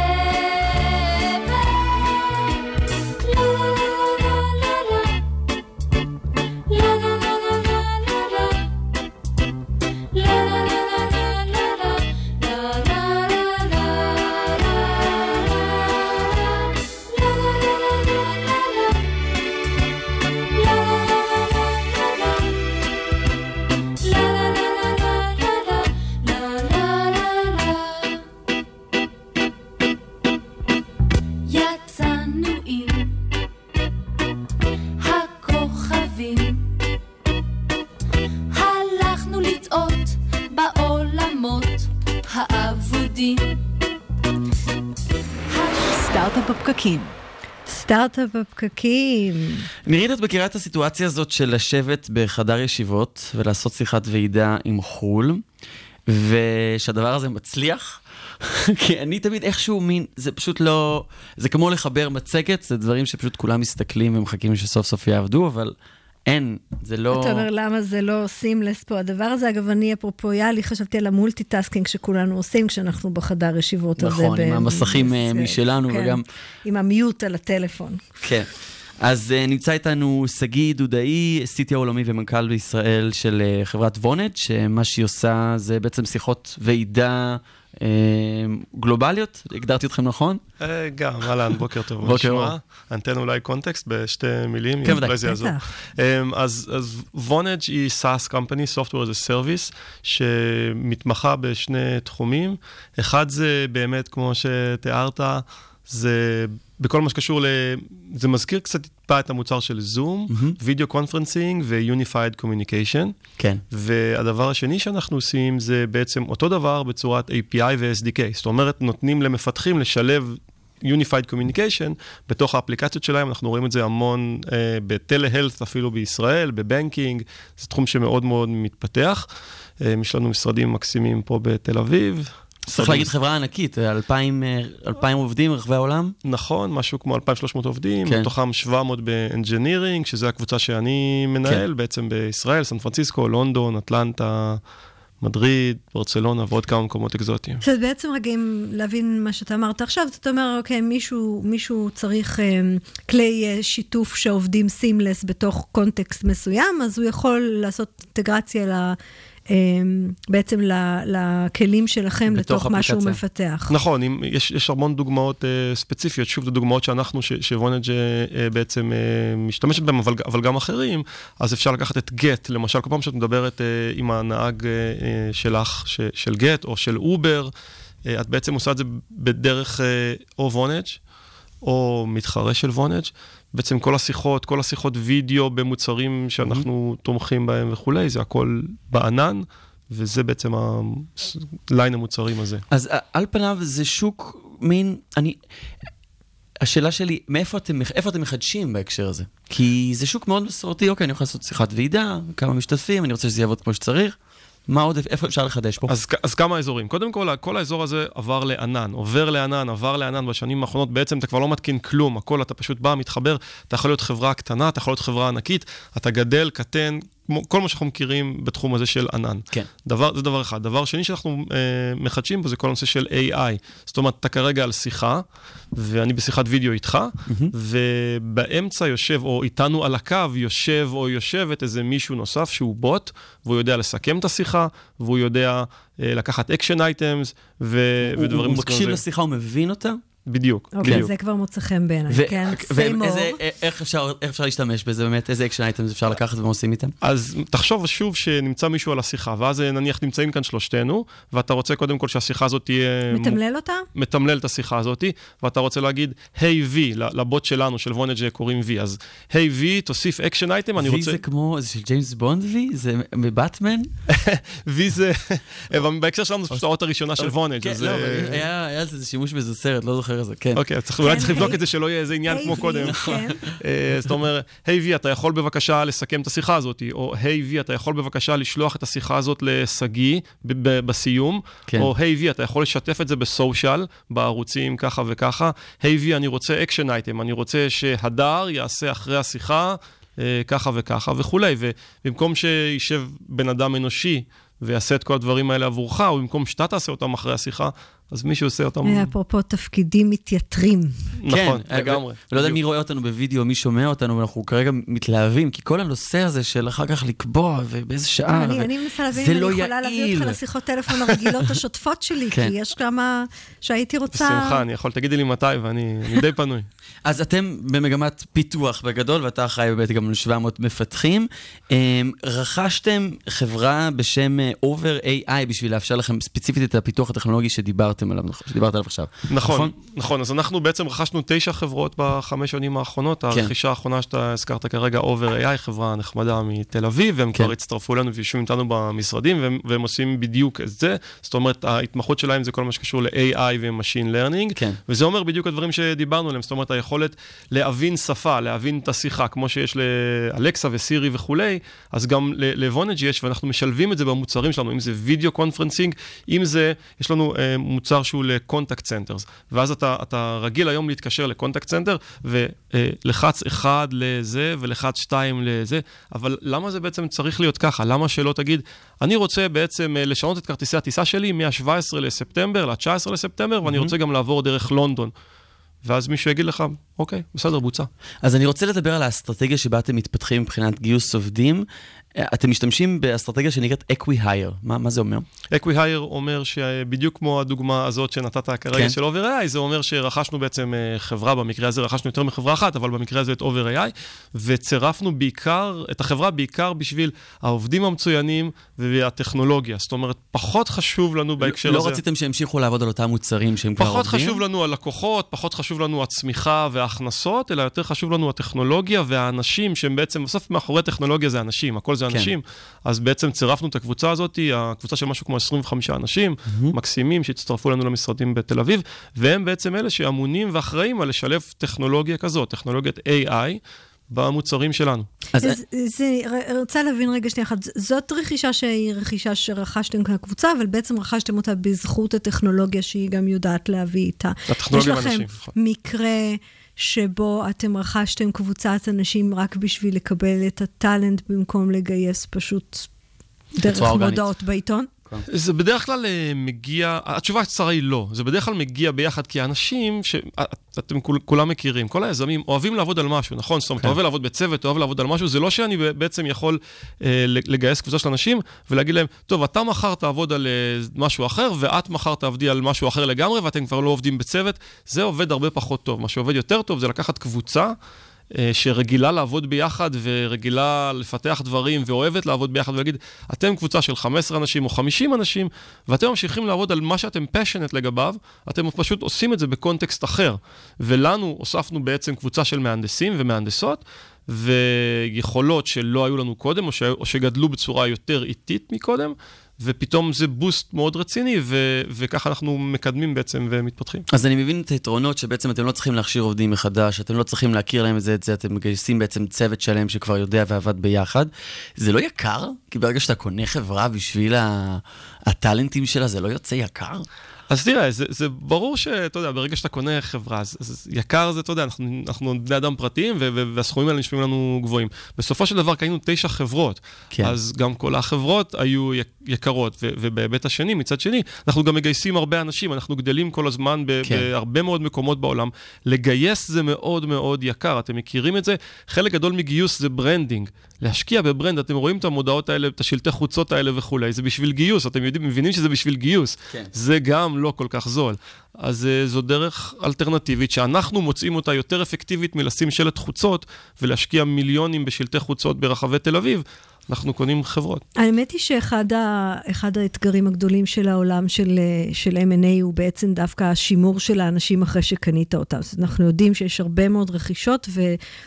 לה לה לה לה לה לה לה לה לה לה סטארט-אפ בפקקים. סטארט-אפ בפקקים. נירית, את מכירה את הסיטואציה הזאת של לשבת בחדר ישיבות ולעשות שיחת ועידה עם חול, ושהדבר הזה מצליח? כי אני תמיד איכשהו מין, זה פשוט לא, זה כמו לחבר מצגת, זה דברים שפשוט כולם מסתכלים ומחכים שסוף סוף יעבדו, אבל אין, זה לא... אתה אומר למה זה לא סימלס פה, הדבר הזה, אגב, אני אפרופויאלי, חשבתי על המולטיטאסקינג שכולנו עושים, כשאנחנו בחדר ישיבות הזה. נכון, עם המסכים משלנו וגם... עם המיוט על הטלפון. כן. אז uh, נמצא איתנו סגי דודאי, סי טי או עולמי ומנכ"ל בישראל של uh, חברת וונט, שמה שהיא עושה זה בעצם שיחות ועידה uh, גלובליות, הגדרתי אתכם נכון? Uh, גם, אהלן, בוקר טוב. בוקר טוב. אנתן אולי קונטקסט בשתי מילים, כן, ודאי. um, אז, אז וונט היא SaaS Company, Software as a Service, שמתמחה בשני תחומים. אחד זה באמת, כמו שתיארת, זה... בכל מה שקשור ל... זה מזכיר קצת טיפה את המוצר של זום, וידאו קונפרנסינג ו-Unified Communication. כן. והדבר השני שאנחנו עושים זה בעצם אותו דבר בצורת איי פי איי ו-אס די קיי. זאת אומרת, נותנים למפתחים לשלב Unified Communication בתוך האפליקציות שלהם. אנחנו רואים את זה המון אה, בטלה-הלת אפילו בישראל, בבנקינג. זה תחום שמאוד מאוד מתפתח. אה, יש לנו משרדים מקסימים פה בתל אביב. צריך להגיד חברה ענקית, אלפיים עובדים ברחבי העולם? נכון, משהו כמו אלפיים ושלוש מאות עובדים, מתוכם שבע מאות באנג'ינירינג, שזה הקבוצה שאני מנהל בעצם בישראל, סן פרנסיסקו, לונדון, אטלנטה, מדריד, ברצלונה ועוד כמה מקומות אקזוטיים. אז בעצם רגע, אם להבין מה שאתה אמרת עכשיו, אתה אומר, אוקיי, מישהו, מישהו צריך כלי שיתוף שעובדים סימלס בתוך קונטקסט מסוים, אז הוא יכול לעשות אינטגרציה ל... בעצם לכלים שלכם לתוך מה שהוא מפתח. נכון, יש, יש המון דוגמאות ספציפיות, שוב, זה דוגמאות שאנחנו, שוונט בעצם משתמשת בהם, אבל, אבל גם אחרים, אז אפשר לקחת את גט, למשל, כל פעם שאת מדברת עם הנהג שלך, של גט או של אובר, את בעצם עושה את זה בדרך או וונט, או מתחרה של וונט, בעצם כל השיחות, כל השיחות וידאו במוצרים שאנחנו תומכים בהם וכולי, זה הכל בענן, וזה בעצם הליין המוצרים הזה. אז על פניו זה שוק מין, אני, השאלה שלי, מאיפה אתם, איפה אתם מחדשים בהקשר הזה? כי זה שוק מאוד מסורתי, אוקיי, אני יכול לעשות שיחת ועידה, כמה משתתפים, אני רוצה שזה יעבוד כמו שצריך. מה עוד, איפה אפשר לחדש פה? אז, אז כמה אזורים. קודם כל, כל האזור הזה עבר לענן, עובר לענן, עבר לענן בשנים האחרונות, בעצם אתה כבר לא מתקין כלום, הכל, אתה פשוט בא, מתחבר, אתה יכול להיות חברה קטנה, אתה יכול להיות חברה ענקית, אתה גדל, קטן, כל מה שאנחנו מכירים בתחום הזה של ענן. כן. דבר, זה דבר אחד. דבר שני שאנחנו אה, מחדשים בו, זה כל הנושא של איי איי. זאת אומרת, אתה כרגע על שיחה, ואני בשיחת וידאו איתך, mm-hmm. ובאמצע יושב, או איתנו על הקו, יושב או יושבת איזה מישהו נוסף שהוא בוט, והוא יודע לסכם את השיחה, והוא יודע אה, לקחת אקשן אייטמס, ו- הוא, ודברים... הוא מקשיב לשיחה, הוא מבין אותה? בדיוק. אוקיי, okay, זה כבר מוצא חן בעיניי, כן? ואיך אפשר להשתמש בזה באמת? איזה אקשן אייטמס אפשר לקחת ומה עושים איתם? אז תחשוב שוב שנמצא מישהו על השיחה, ואז נניח נמצאים כאן שלושתנו, ואתה רוצה קודם כל שהשיחה הזאת תהיה... מתמלל אותה? מתמלל את השיחה הזאת, ואתה רוצה להגיד, היי וי, לבוט שלנו, של וונט שקוראים וי, אז היי וי, תוסיף אקשן אייטם, אני רוצה... וי זה כמו, זה של ג'יימס בונד וי? זה מבטמן? וי זה... בהקשר שלנו זה פשוט הראשונה של וונט. היה איזה שימוש באיזה סרט, לא זוכר איזה, כן. אוקיי, אולי צריך לבדוק את זה שלא יהיה איזה עניין כמו קודם. זאת אומרת, היי וי, אתה יכול בבקשה לסכם את השיחה הזאת, או היי וי, אתה יכול בבקשה לשלוח את השיחה הזאת לסגי בסיום, או היי וי, אתה יכול לשתף את זה בסושיאל, בערוצים ככה וככה. היי וי, אני רוצה אקשן אייטם, אני רוצה שהדר יעשה אחרי השיחה ככה וככה וכולי, ובמקום שישב בן אדם אנושי ויעשה את כל הדברים האלה עבורך, או במקום שאתה תעשה אותם אחרי השיחה, אז מישהו עושה אותם... אפרופו תפקידים מתייתרים. נכון, לגמרי. ולא יודע מי רואה אותנו בווידאו, מי שומע אותנו, ואנחנו כרגע מתלהבים, כי כל הנושא הזה של אחר כך לקבוע, ובאיזה שעה, אני מנסה להבין אם אני יכולה להביא אותך לשיחות טלפון הרגילות השוטפות שלי, כי יש כמה שהייתי רוצה... בשמחה, אני יכול, תגידי לי מתי, ואני די פנוי. אז אתם במגמת פיתוח בגדול, ואתה אחראי באמת גם לשבע מאות מפתחים. רכשתם חברה בשם Over איי איי בשביל לאפשר לכם ספציפית את הפיתוח הטכנולוגי שדיברתם עליו, שדיברת עליו עכשיו. נכון, נכון. אז אנחנו בעצם רכשנו תשע חברות בחמש שנים האחרונות. הרכישה האחרונה שאתה הזכרת כרגע, Over איי איי, חברה נחמדה מתל אביב, והם כבר הצטרפו אלינו ויושבים איתנו במשרדים, והם עושים בדיוק את זה. זאת אומרת, ההתמחות שלהם זה כל מה שקשור ל-איי איי ו-Machine Learning, וזה אומר בדיוק הדברים שדיברנו עליהם. זאת אומרת, היכולת להבין שפה, להבין את השיחה, כמו שיש לאלקסה וסירי וכולי, אז גם ל-Vonage יש, ואנחנו משלבים את זה במוצרים שלנו, אם זה וידאו קונפרנסינג, אם זה, יש לנו אה, מוצר שהוא לקונטקט סנטרס, ואז אתה, אתה רגיל היום להתקשר לקונטקט סנטר, ולחץ אחד לזה, ולחץ שתיים לזה, אבל למה זה בעצם צריך להיות ככה? למה שלא תגיד, אני רוצה בעצם לשנות את כרטיסי הטיסה שלי מה-שבעה עשר לספטמבר ל-תשעה עשר לספטמבר, ואני רוצה גם לעבור דרך לונדון. ואז מישהו יגיד לך, אוקיי, בסדר, בוצע. אז אני רוצה לדבר על האסטרטגיה שבה אתם מתפתחים מבחינת גיוס עובדים. אתם משתמשים באסטרטגיה שנקראת Equi-Hire. מה, מה זה אומר? Equi-Hire אומר שבדיוק כמו הדוגמה הזאת שנתת כרגע של Over-איי איי, זה אומר שרכשנו בעצם חברה, במקרה הזה רכשנו יותר מחברה אחת, אבל במקרה הזה את Over-איי איי, וצירפנו בעיקר, את החברה בעיקר בשביל העובדים המצוינים והטכנולוגיה. זאת אומרת, פחות חשוב לנו בהקשר לא הזה. לא רציתם שהמשיכו לעבוד על אותם מוצרים שהם כבר עובדים? פחות חשוב לנו הלקוחות, פחות חשוב לנו הצמיחה וההכנסות, אלא יותר חשוב לנו הטכנולוגיה והאנשים שהם בעצם, בסוף מאחורי טכנולוגיה זה אנשים, הכל זה אנשים. אז בעצם צירפנו את הקבוצה הזאת, הקבוצה של משהו כמו עשרים וחמישה אנשים, מקסימים שהצטרפו לנו למשרדים בתל אביב, והם בעצם אלה שאמונים ואחראים על לשלב טכנולוגיה כזאת, טכנולוגיית איי איי, במוצרים שלנו. אז אני רוצה להבין רגע שנייה אחת, זאת רכישה שהיא רכישה שרכשתם כקבוצה, אבל בעצם רכשתם אותה בזכות הטכנולוגיה שהיא גם יודעת להביא איתה. הטכנולוגיה ואנשים. יש לכם מקרה שבו אתם רכשתם קבוצת אנשים רק בשביל לקבל את הטלנט במקום לגייס פשוט דרך מודעות בעיתון? זה בדרך כלל מגיע, התשובה הקצרה היא לא, זה בדרך כלל מגיע ביחד, כי האנשים שאתם כולם מכירים, כל היזמים אוהבים לעבוד על משהו, נכון? זאת אומרת, אוהב לעבוד בצוות, אוהב לעבוד על משהו, זה לא שאני בעצם יכול לגייס קבוצה של אנשים ולהגיד להם, טוב, אתה מחר תעבוד על משהו אחר, ואת מחר תעבדי על משהו אחר לגמרי, ואתם כבר לא עובדים בצוות, זה עובד הרבה פחות טוב. מה שעובד יותר טוב זה לקחת קבוצה, שרגילה לעבוד ביחד ורגילה לפתח דברים ואוהבת לעבוד ביחד ולהגיד, אתם קבוצה של חמישה עשר אנשים או חמישים אנשים, ואתם ממשיכים לעבוד על מה שאתם passionate לגביו, אתם פשוט עושים את זה בקונטקסט אחר. ולנו הוספנו בעצם קבוצה של מהנדסים ומהנדסות, ויכולות שלא היו לנו קודם, או, ש... או שגדלו בצורה יותר איטית מקודם, ופתאום זה בוסט מאוד רציני, ו- וככה אנחנו מקדמים בעצם ומתפתחים. אז אני מבין את היתרונות שבעצם אתם לא צריכים להכשיר עובדים מחדש, אתם לא צריכים להכיר להם את זה, את זה, אתם מגייסים בעצם צוות שלם שכבר יודע ועבד ביחד. זה לא יקר? כי ברגע שאתה קונה חברה בשביל הטלנטים שלה, זה לא יוצא יקר? אז תראה, זה, זה ברור שאתה יודע, ברגע שאתה קונה חברה, אז, אז יקר זה, אתה יודע, אנחנו, אנחנו בני אדם פרטיים, ו, ו, והסכומים האלה נשמעים לנו גבוהים. בסופו של דבר, קיינו תשע חברות, כן. אז גם כל החברות היו יקרות, ו, ובהיבט השני, מצד שני, אנחנו גם מגייסים הרבה אנשים, אנחנו גדלים כל הזמן ב, כן. בהרבה מאוד מקומות בעולם. לגייס זה מאוד מאוד יקר, אתם מכירים את זה? חלק גדול מגיוס זה ברנדינג. להשקיע בברנד, אתם רואים את המודעות האלה, את השלטי חוצות האלה וכולי, זה בשביל גיוס, אתם יודעים, מבינים שזה בשביל גיוס. כן. זה גם לא כל כך זול. אז זו דרך אלטרנטיבית, שאנחנו מוצאים אותה יותר אפקטיבית מלשים שלט חוצות, ולהשקיע מיליונים בשלטי חוצות ברחבי תל אביב, אנחנו קונים חברות. האמת היא שאחד ה, אחד האתגרים הגדולים של העולם של, של אם אנד איי הוא בעצם דווקא השימור של האנשים אחרי שקנית אותם. אז אנחנו יודעים שיש הרבה מאוד רכישות ו...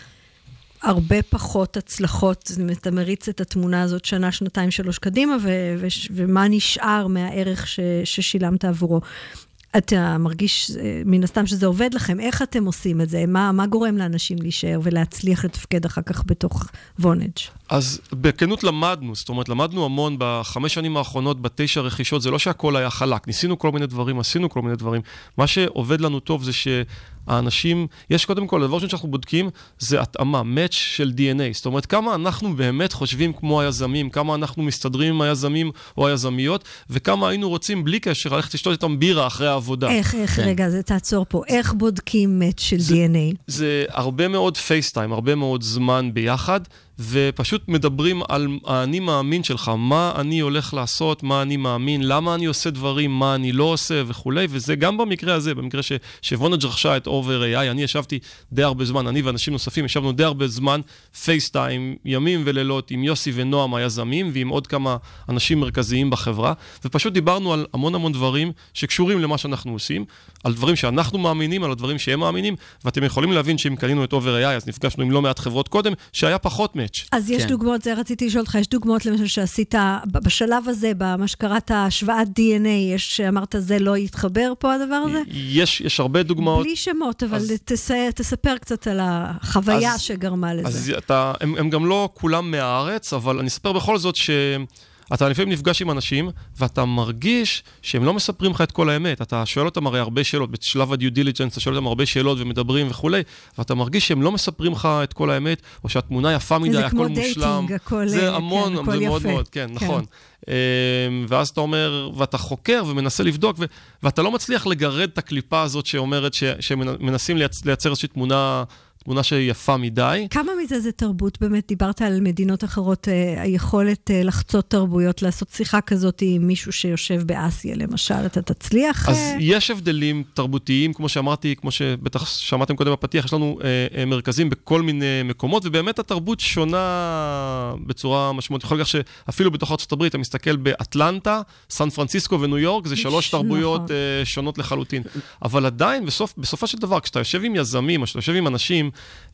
הרבה פחות הצלחות, אתה מריץ את התמונה הזאת שנה, שנתיים, שלוש קדימה, ו- ו- ומה נשאר מהערך ש- ששילמת עבורו. אתה מרגיש מן הסתם שזה עובד לכם, איך אתם עושים את זה? מה, מה גורם לאנשים להישאר ולהצליח לתפקד אחר כך בתוך Vonage? אז בכנות למדנו, זאת אומרת, למדנו המון בחמש שנים האחרונות, בתשע רכישות, זה לא שהכל היה חלק, ניסינו כל מיני דברים, עשינו כל מיני דברים. מה שעובד לנו טוב זה שהאנשים, יש קודם כל, הדבר שאנחנו בודקים, זה התאמה, match של די אן איי, זאת אומרת, כמה אנחנו באמת חושבים כמו היזמים, כמה אנחנו מסתדרים עם היזמים או היזמיות, וכמה היינו רוצים בלי קשר ללכת לשתות איתם בירה אחרי העבודה. איך, איך, רגע, זה תעצור פה, איך בודקים match של די אן איי? זה הרבה מאוד פייסטיים, הרבה מאוד זמן ביחד, ופשוט מדברים על האני מאמין שלך, מה אני הולך לעשות, מה אני מאמין, למה אני עושה דברים, מה אני לא עושה וכולי, וזה גם במקרה הזה, במקרה ש- שוונאג' רכשה את Over-איי איי, אני ישבתי די הרבה זמן, אני ואנשים נוספים ישבנו די הרבה זמן, פייסטיים, ימים ולילות, עם יוסי ונועם היזמים, ועם עוד כמה אנשים מרכזיים בחברה, ופשוט דיברנו על המון המון דברים שקשורים למה שאנחנו עושים, על דברים שאנחנו מאמינים, על הדברים שהם מאמינים, ואתם יכולים להבין שאם קנינו את Over-איי איי, אז נפגשנו עם לא מעט חברות קודם, שהיה פחות מהם. match. אז יש דוגמאות, זה רציתי לשאול אותך, יש דוגמאות למשל שעשית בשלב הזה, במה שקראת השוואת די אן איי, יש שאמרת זה לא יתחבר פה הדבר הזה? יש, יש הרבה דוגמאות. בלי שמות, אבל אז... תס... תספר קצת על החוויה אז, שגרמה לזה. אז אתה, הם, הם גם לא כולם מהארץ, אבל אני אספר בכל זאת ש... אתה לפעמים נפגש עם אנשים, ואתה מרגיש שהם לא מספרים לך את כל האמת. אתה שואל אותם הרי הרבה שאלות, בשלב הדיו דיליג'נס, אתה שואל אותם הרבה שאלות ומדברים וכולי, ואתה מרגיש שהם לא מספרים לך את כל האמת, או שהתמונה יפה מדי, הכל מושלם. זה כמו דייטינג, הכל, זה המון, כן, הכל זה יפה. מאוד מאוד, כן, כן. נכון. ואז אתה אומר, ואתה חוקר ומנסה לבדוק, ו- ואתה לא מצליח לגרד את הקליפה הזאת שאומרת ש- שמנסים לייצר איזושהי תמונה... תמונה שיפה מדי. כמה מזה זה תרבות? באמת דיברת על מדינות אחרות, אה, היכולת אה, לחצות תרבויות, לעשות שיחה כזאת עם מישהו שיושב באסיה, למשל, אתה תצליח? אז אה... יש הבדלים תרבותיים, כמו שאמרתי, כמו שבטח שמעתם קודם בפתיח, יש לנו אה, אה, מרכזים בכל מיני מקומות, ובאמת התרבות שונה בצורה משמעותית. יכול להיות שאפילו בתוך ארצות הברית, אתה מסתכל באטלנטה, סן פרנסיסקו וניו יורק, זה שלוש תרבויות נכון. אה, שונות לחלוטין. אבל עדיין, בסוף, בסופה של דבר, כשאתה יושב עם יזמים, או שאתה יושב עם אנשים,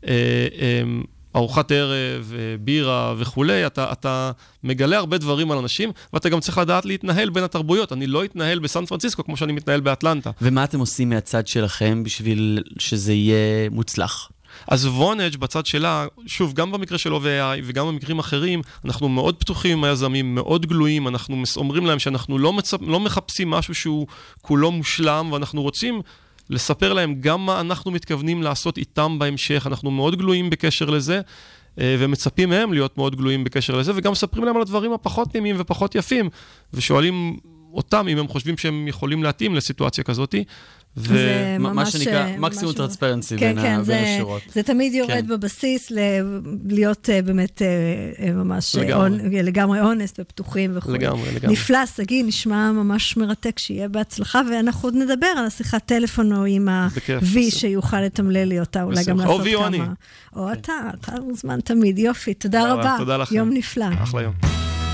ארוחת ערב, בירה וכולי, אתה, אתה מגלה הרבה דברים על אנשים, ואתה גם צריך לדעת להתנהל בין התרבויות. אני לא אתנהל בסן פרנסיסקו כמו שאני מתנהל באטלנטה. ומה אתם עושים מהצד שלכם בשביל שזה יהיה מוצלח? אז וונאג' בצד שלה, שוב, גם במקרה של או וי איי וגם במקרים אחרים, אנחנו מאוד פתוחים עם היזמים, מאוד גלויים, אנחנו אומרים להם שאנחנו לא, מצפ... לא מחפשים משהו שהוא כולו מושלם, ואנחנו רוצים לספר להם גם מה אנחנו מתכוונים לעשות איתם בהמשך. אנחנו מאוד גלויים בקשר לזה, ומצפים מהם להיות מאוד גלויים בקשר לזה, וגם מספרים להם על הדברים הפחות נעימים ופחות יפים, ושואלים אותם אם הם חושבים שהם יכולים להתאים לסיטואציה כזאת. ומה שנקרא מקסימום טרנספרנסי בין השורות. זה תמיד יורד בבסיס להיות באמת ממש לגמרי אונסט ופתוחים וכו'. נפלא, סגי, נשמע ממש מרתק שיהיה בהצלחה, ואנחנו עוד נדבר על השיחת טלפון או עם ה-וי שיוכל לתמלל לי אותה, אולי גם לעשות כמה. או אתה, אתה מוזמן תמיד, יופי, תודה רבה. יום נפלא. אחלה יום.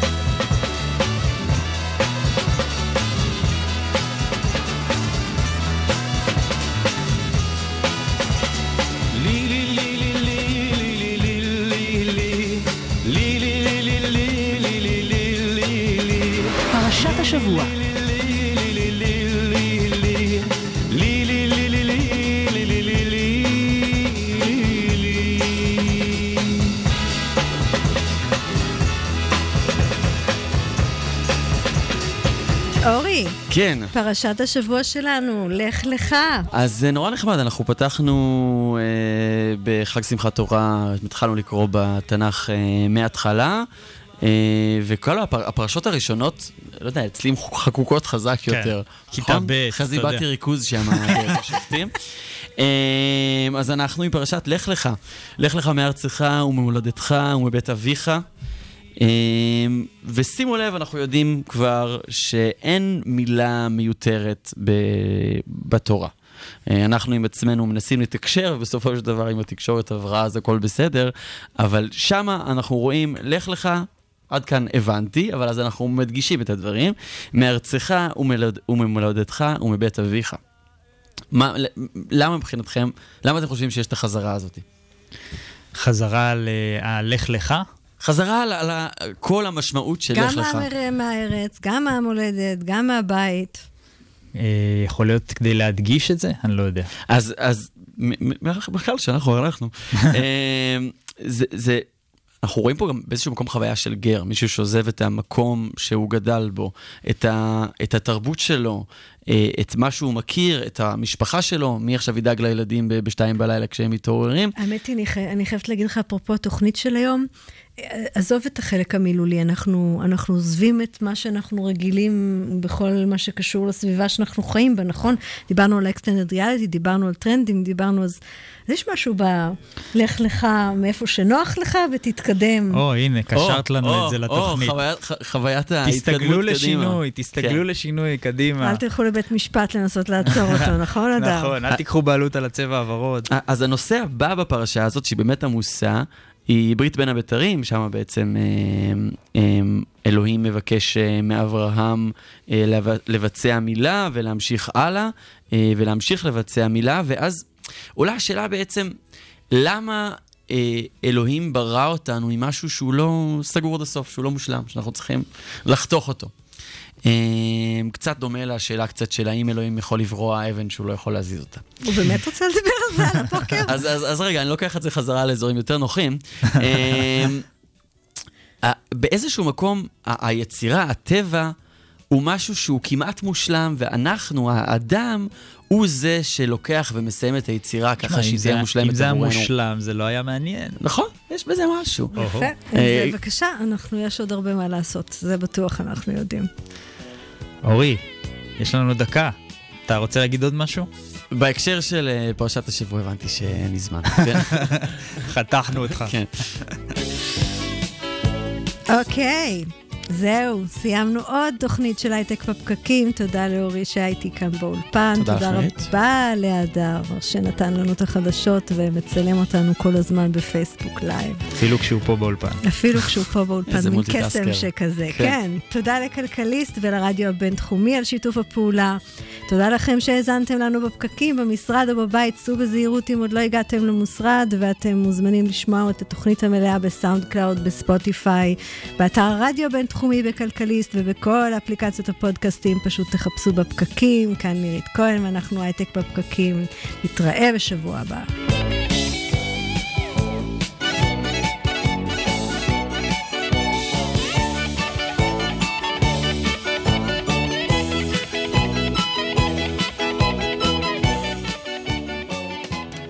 השבוע. אורי, כן. פרשת השבוע שלנו, לך לך. אז זה נורא נחמד, אנחנו פתחנו אה, בחג שמחת תורה, התחלנו לקרוא בתנ"ך אה, מההתחלה, אה, וכל הפר, הפרשות הראשונות, לא יודע, אצלי חקוקות חזק כן. יותר. כיתה ב', חזי באתי ריכוז שם בשופטים. אז אנחנו עם פרשת לך לך. לך לך מארצך וממולדתך ומבית אביך. ושימו לב, אנחנו יודעים כבר שאין מילה מיותרת בתורה. אנחנו עם עצמנו מנסים לתקשר, ובסופו של דבר אם התקשורת עברה אז הכל בסדר, אבל שמה אנחנו רואים לך לך, עד כאן הבנתי, אבל אז אנחנו מדגישים את הדברים, מארצך ומלוד, וממולדתך ומבית אביך. מה, למה מבחינתכם, למה אתם חושבים שיש את החזרה הזאת? חזרה ללך לך? חזרה על, על כל המשמעות של לך לך. גם מהארץ, גם מהמולדת, גם מהבית. יכול להיות כדי להדגיש את זה? אני לא יודע. אז, אז בכלל שאנחנו הלכנו. זה, זה, אנחנו רואים פה גם באיזשהו מקום חוויה של גר, מישהו שעוזב את המקום שהוא גדל בו, את, ה, את התרבות שלו, את מה שהוא מכיר, את המשפחה שלו, מי עכשיו ידאג לילדים בשתיים בלילה כשהם מתעוררים. האמת היא, אני חייבת להגיד לך, אפרופו התוכנית של היום, עזוב את החלק המילולי, אנחנו, אנחנו עוזבים את מה שאנחנו רגילים בכל מה שקשור לסביבה שאנחנו חיים בה, נכון? דיברנו על extended reality, דיברנו על טרנדים, דיברנו אז... אז יש משהו ב... לך לך מאיפה שנוח לך ותתקדם. או, הנה, קשרת לנו את זה לתוכנית. או, חוויית ההתקדמות קדימה. תסתגלו לשינוי, תסתגלו לשינוי, קדימה. אל תלכו לבית משפט לנסות לעצור אותו, נכון, אדם? נכון, אל תיקחו בעלות על הצבע הוורוד. אז הנושא הבא בפרשה הזאת, שהיא באמת עמוסה, היא ברית בין הבתרים, שם בעצם אלוהים מבקש מאברהם לבצע מילה ולהמשיך הלאה, ולהמשיך לבצע מילה, ואז עולה השאלה בעצם, למה אלוהים ברא אותנו עם משהו שהוא לא סגור עד הסוף, שהוא לא מושלם, שאנחנו צריכים לחתוך אותו. קצת דומה לשאלה קצת של האם אלוהים יכול לברוע אבן שהוא לא יכול להזיז אותה. הוא באמת רוצה לדבר על זה, על הפוקר? אז, אז, אז רגע, אני לוקח את זה חזרה לאזורים יותר נוחים. באיזשהו מקום, היצירה, הטבע, הוא משהו שהוא כמעט מושלם, ואנחנו, האדם, הוא זה שלוקח ומסיים את היצירה ככה שהיא תהיה מושלמת. אם זה היה מושלם, זה לא היה מעניין. נכון, יש בזה משהו. יפה, בבקשה, אנחנו, יש עוד הרבה מה לעשות, זה בטוח אנחנו יודעים. אורי, יש לנו דקה. אתה רוצה להגיד עוד משהו? בהקשר של פרשת השבוע הבנתי שאין לי זמן. חתכנו אותך. כן. אוקיי. זהו, סיימנו עוד תוכנית של הייטק בפקקים. תודה לאורי שהייתי כאן באולפן. תודה, תודה רבה להדר שנתן לנו את החדשות ומצלם אותנו כל הזמן בפייסבוק לייב. אפילו כשהוא פה באולפן. אפילו כשהוא פה באולפן, מין קסם שכזה. כן. כן. תודה לכלכליסט ולרדיו הבינתחומי על שיתוף הפעולה. תודה לכם שהאזנתם לנו בפקקים, במשרד או בבית. צאו בזהירות אם עוד לא הגעתם למשרד, ואתם מוזמנים לשמוע את התוכנית המלאה בסאונד קלאוד, בספוטיפיי, באתר הרדיו הבינתחומי בכלכליסט ובכל אפליקציות הפודקאסטים. פשוט תחפשו בפקקים. כאן מירית כהן ואנחנו הייטק בפקקים. נתראה בשבוע הבא.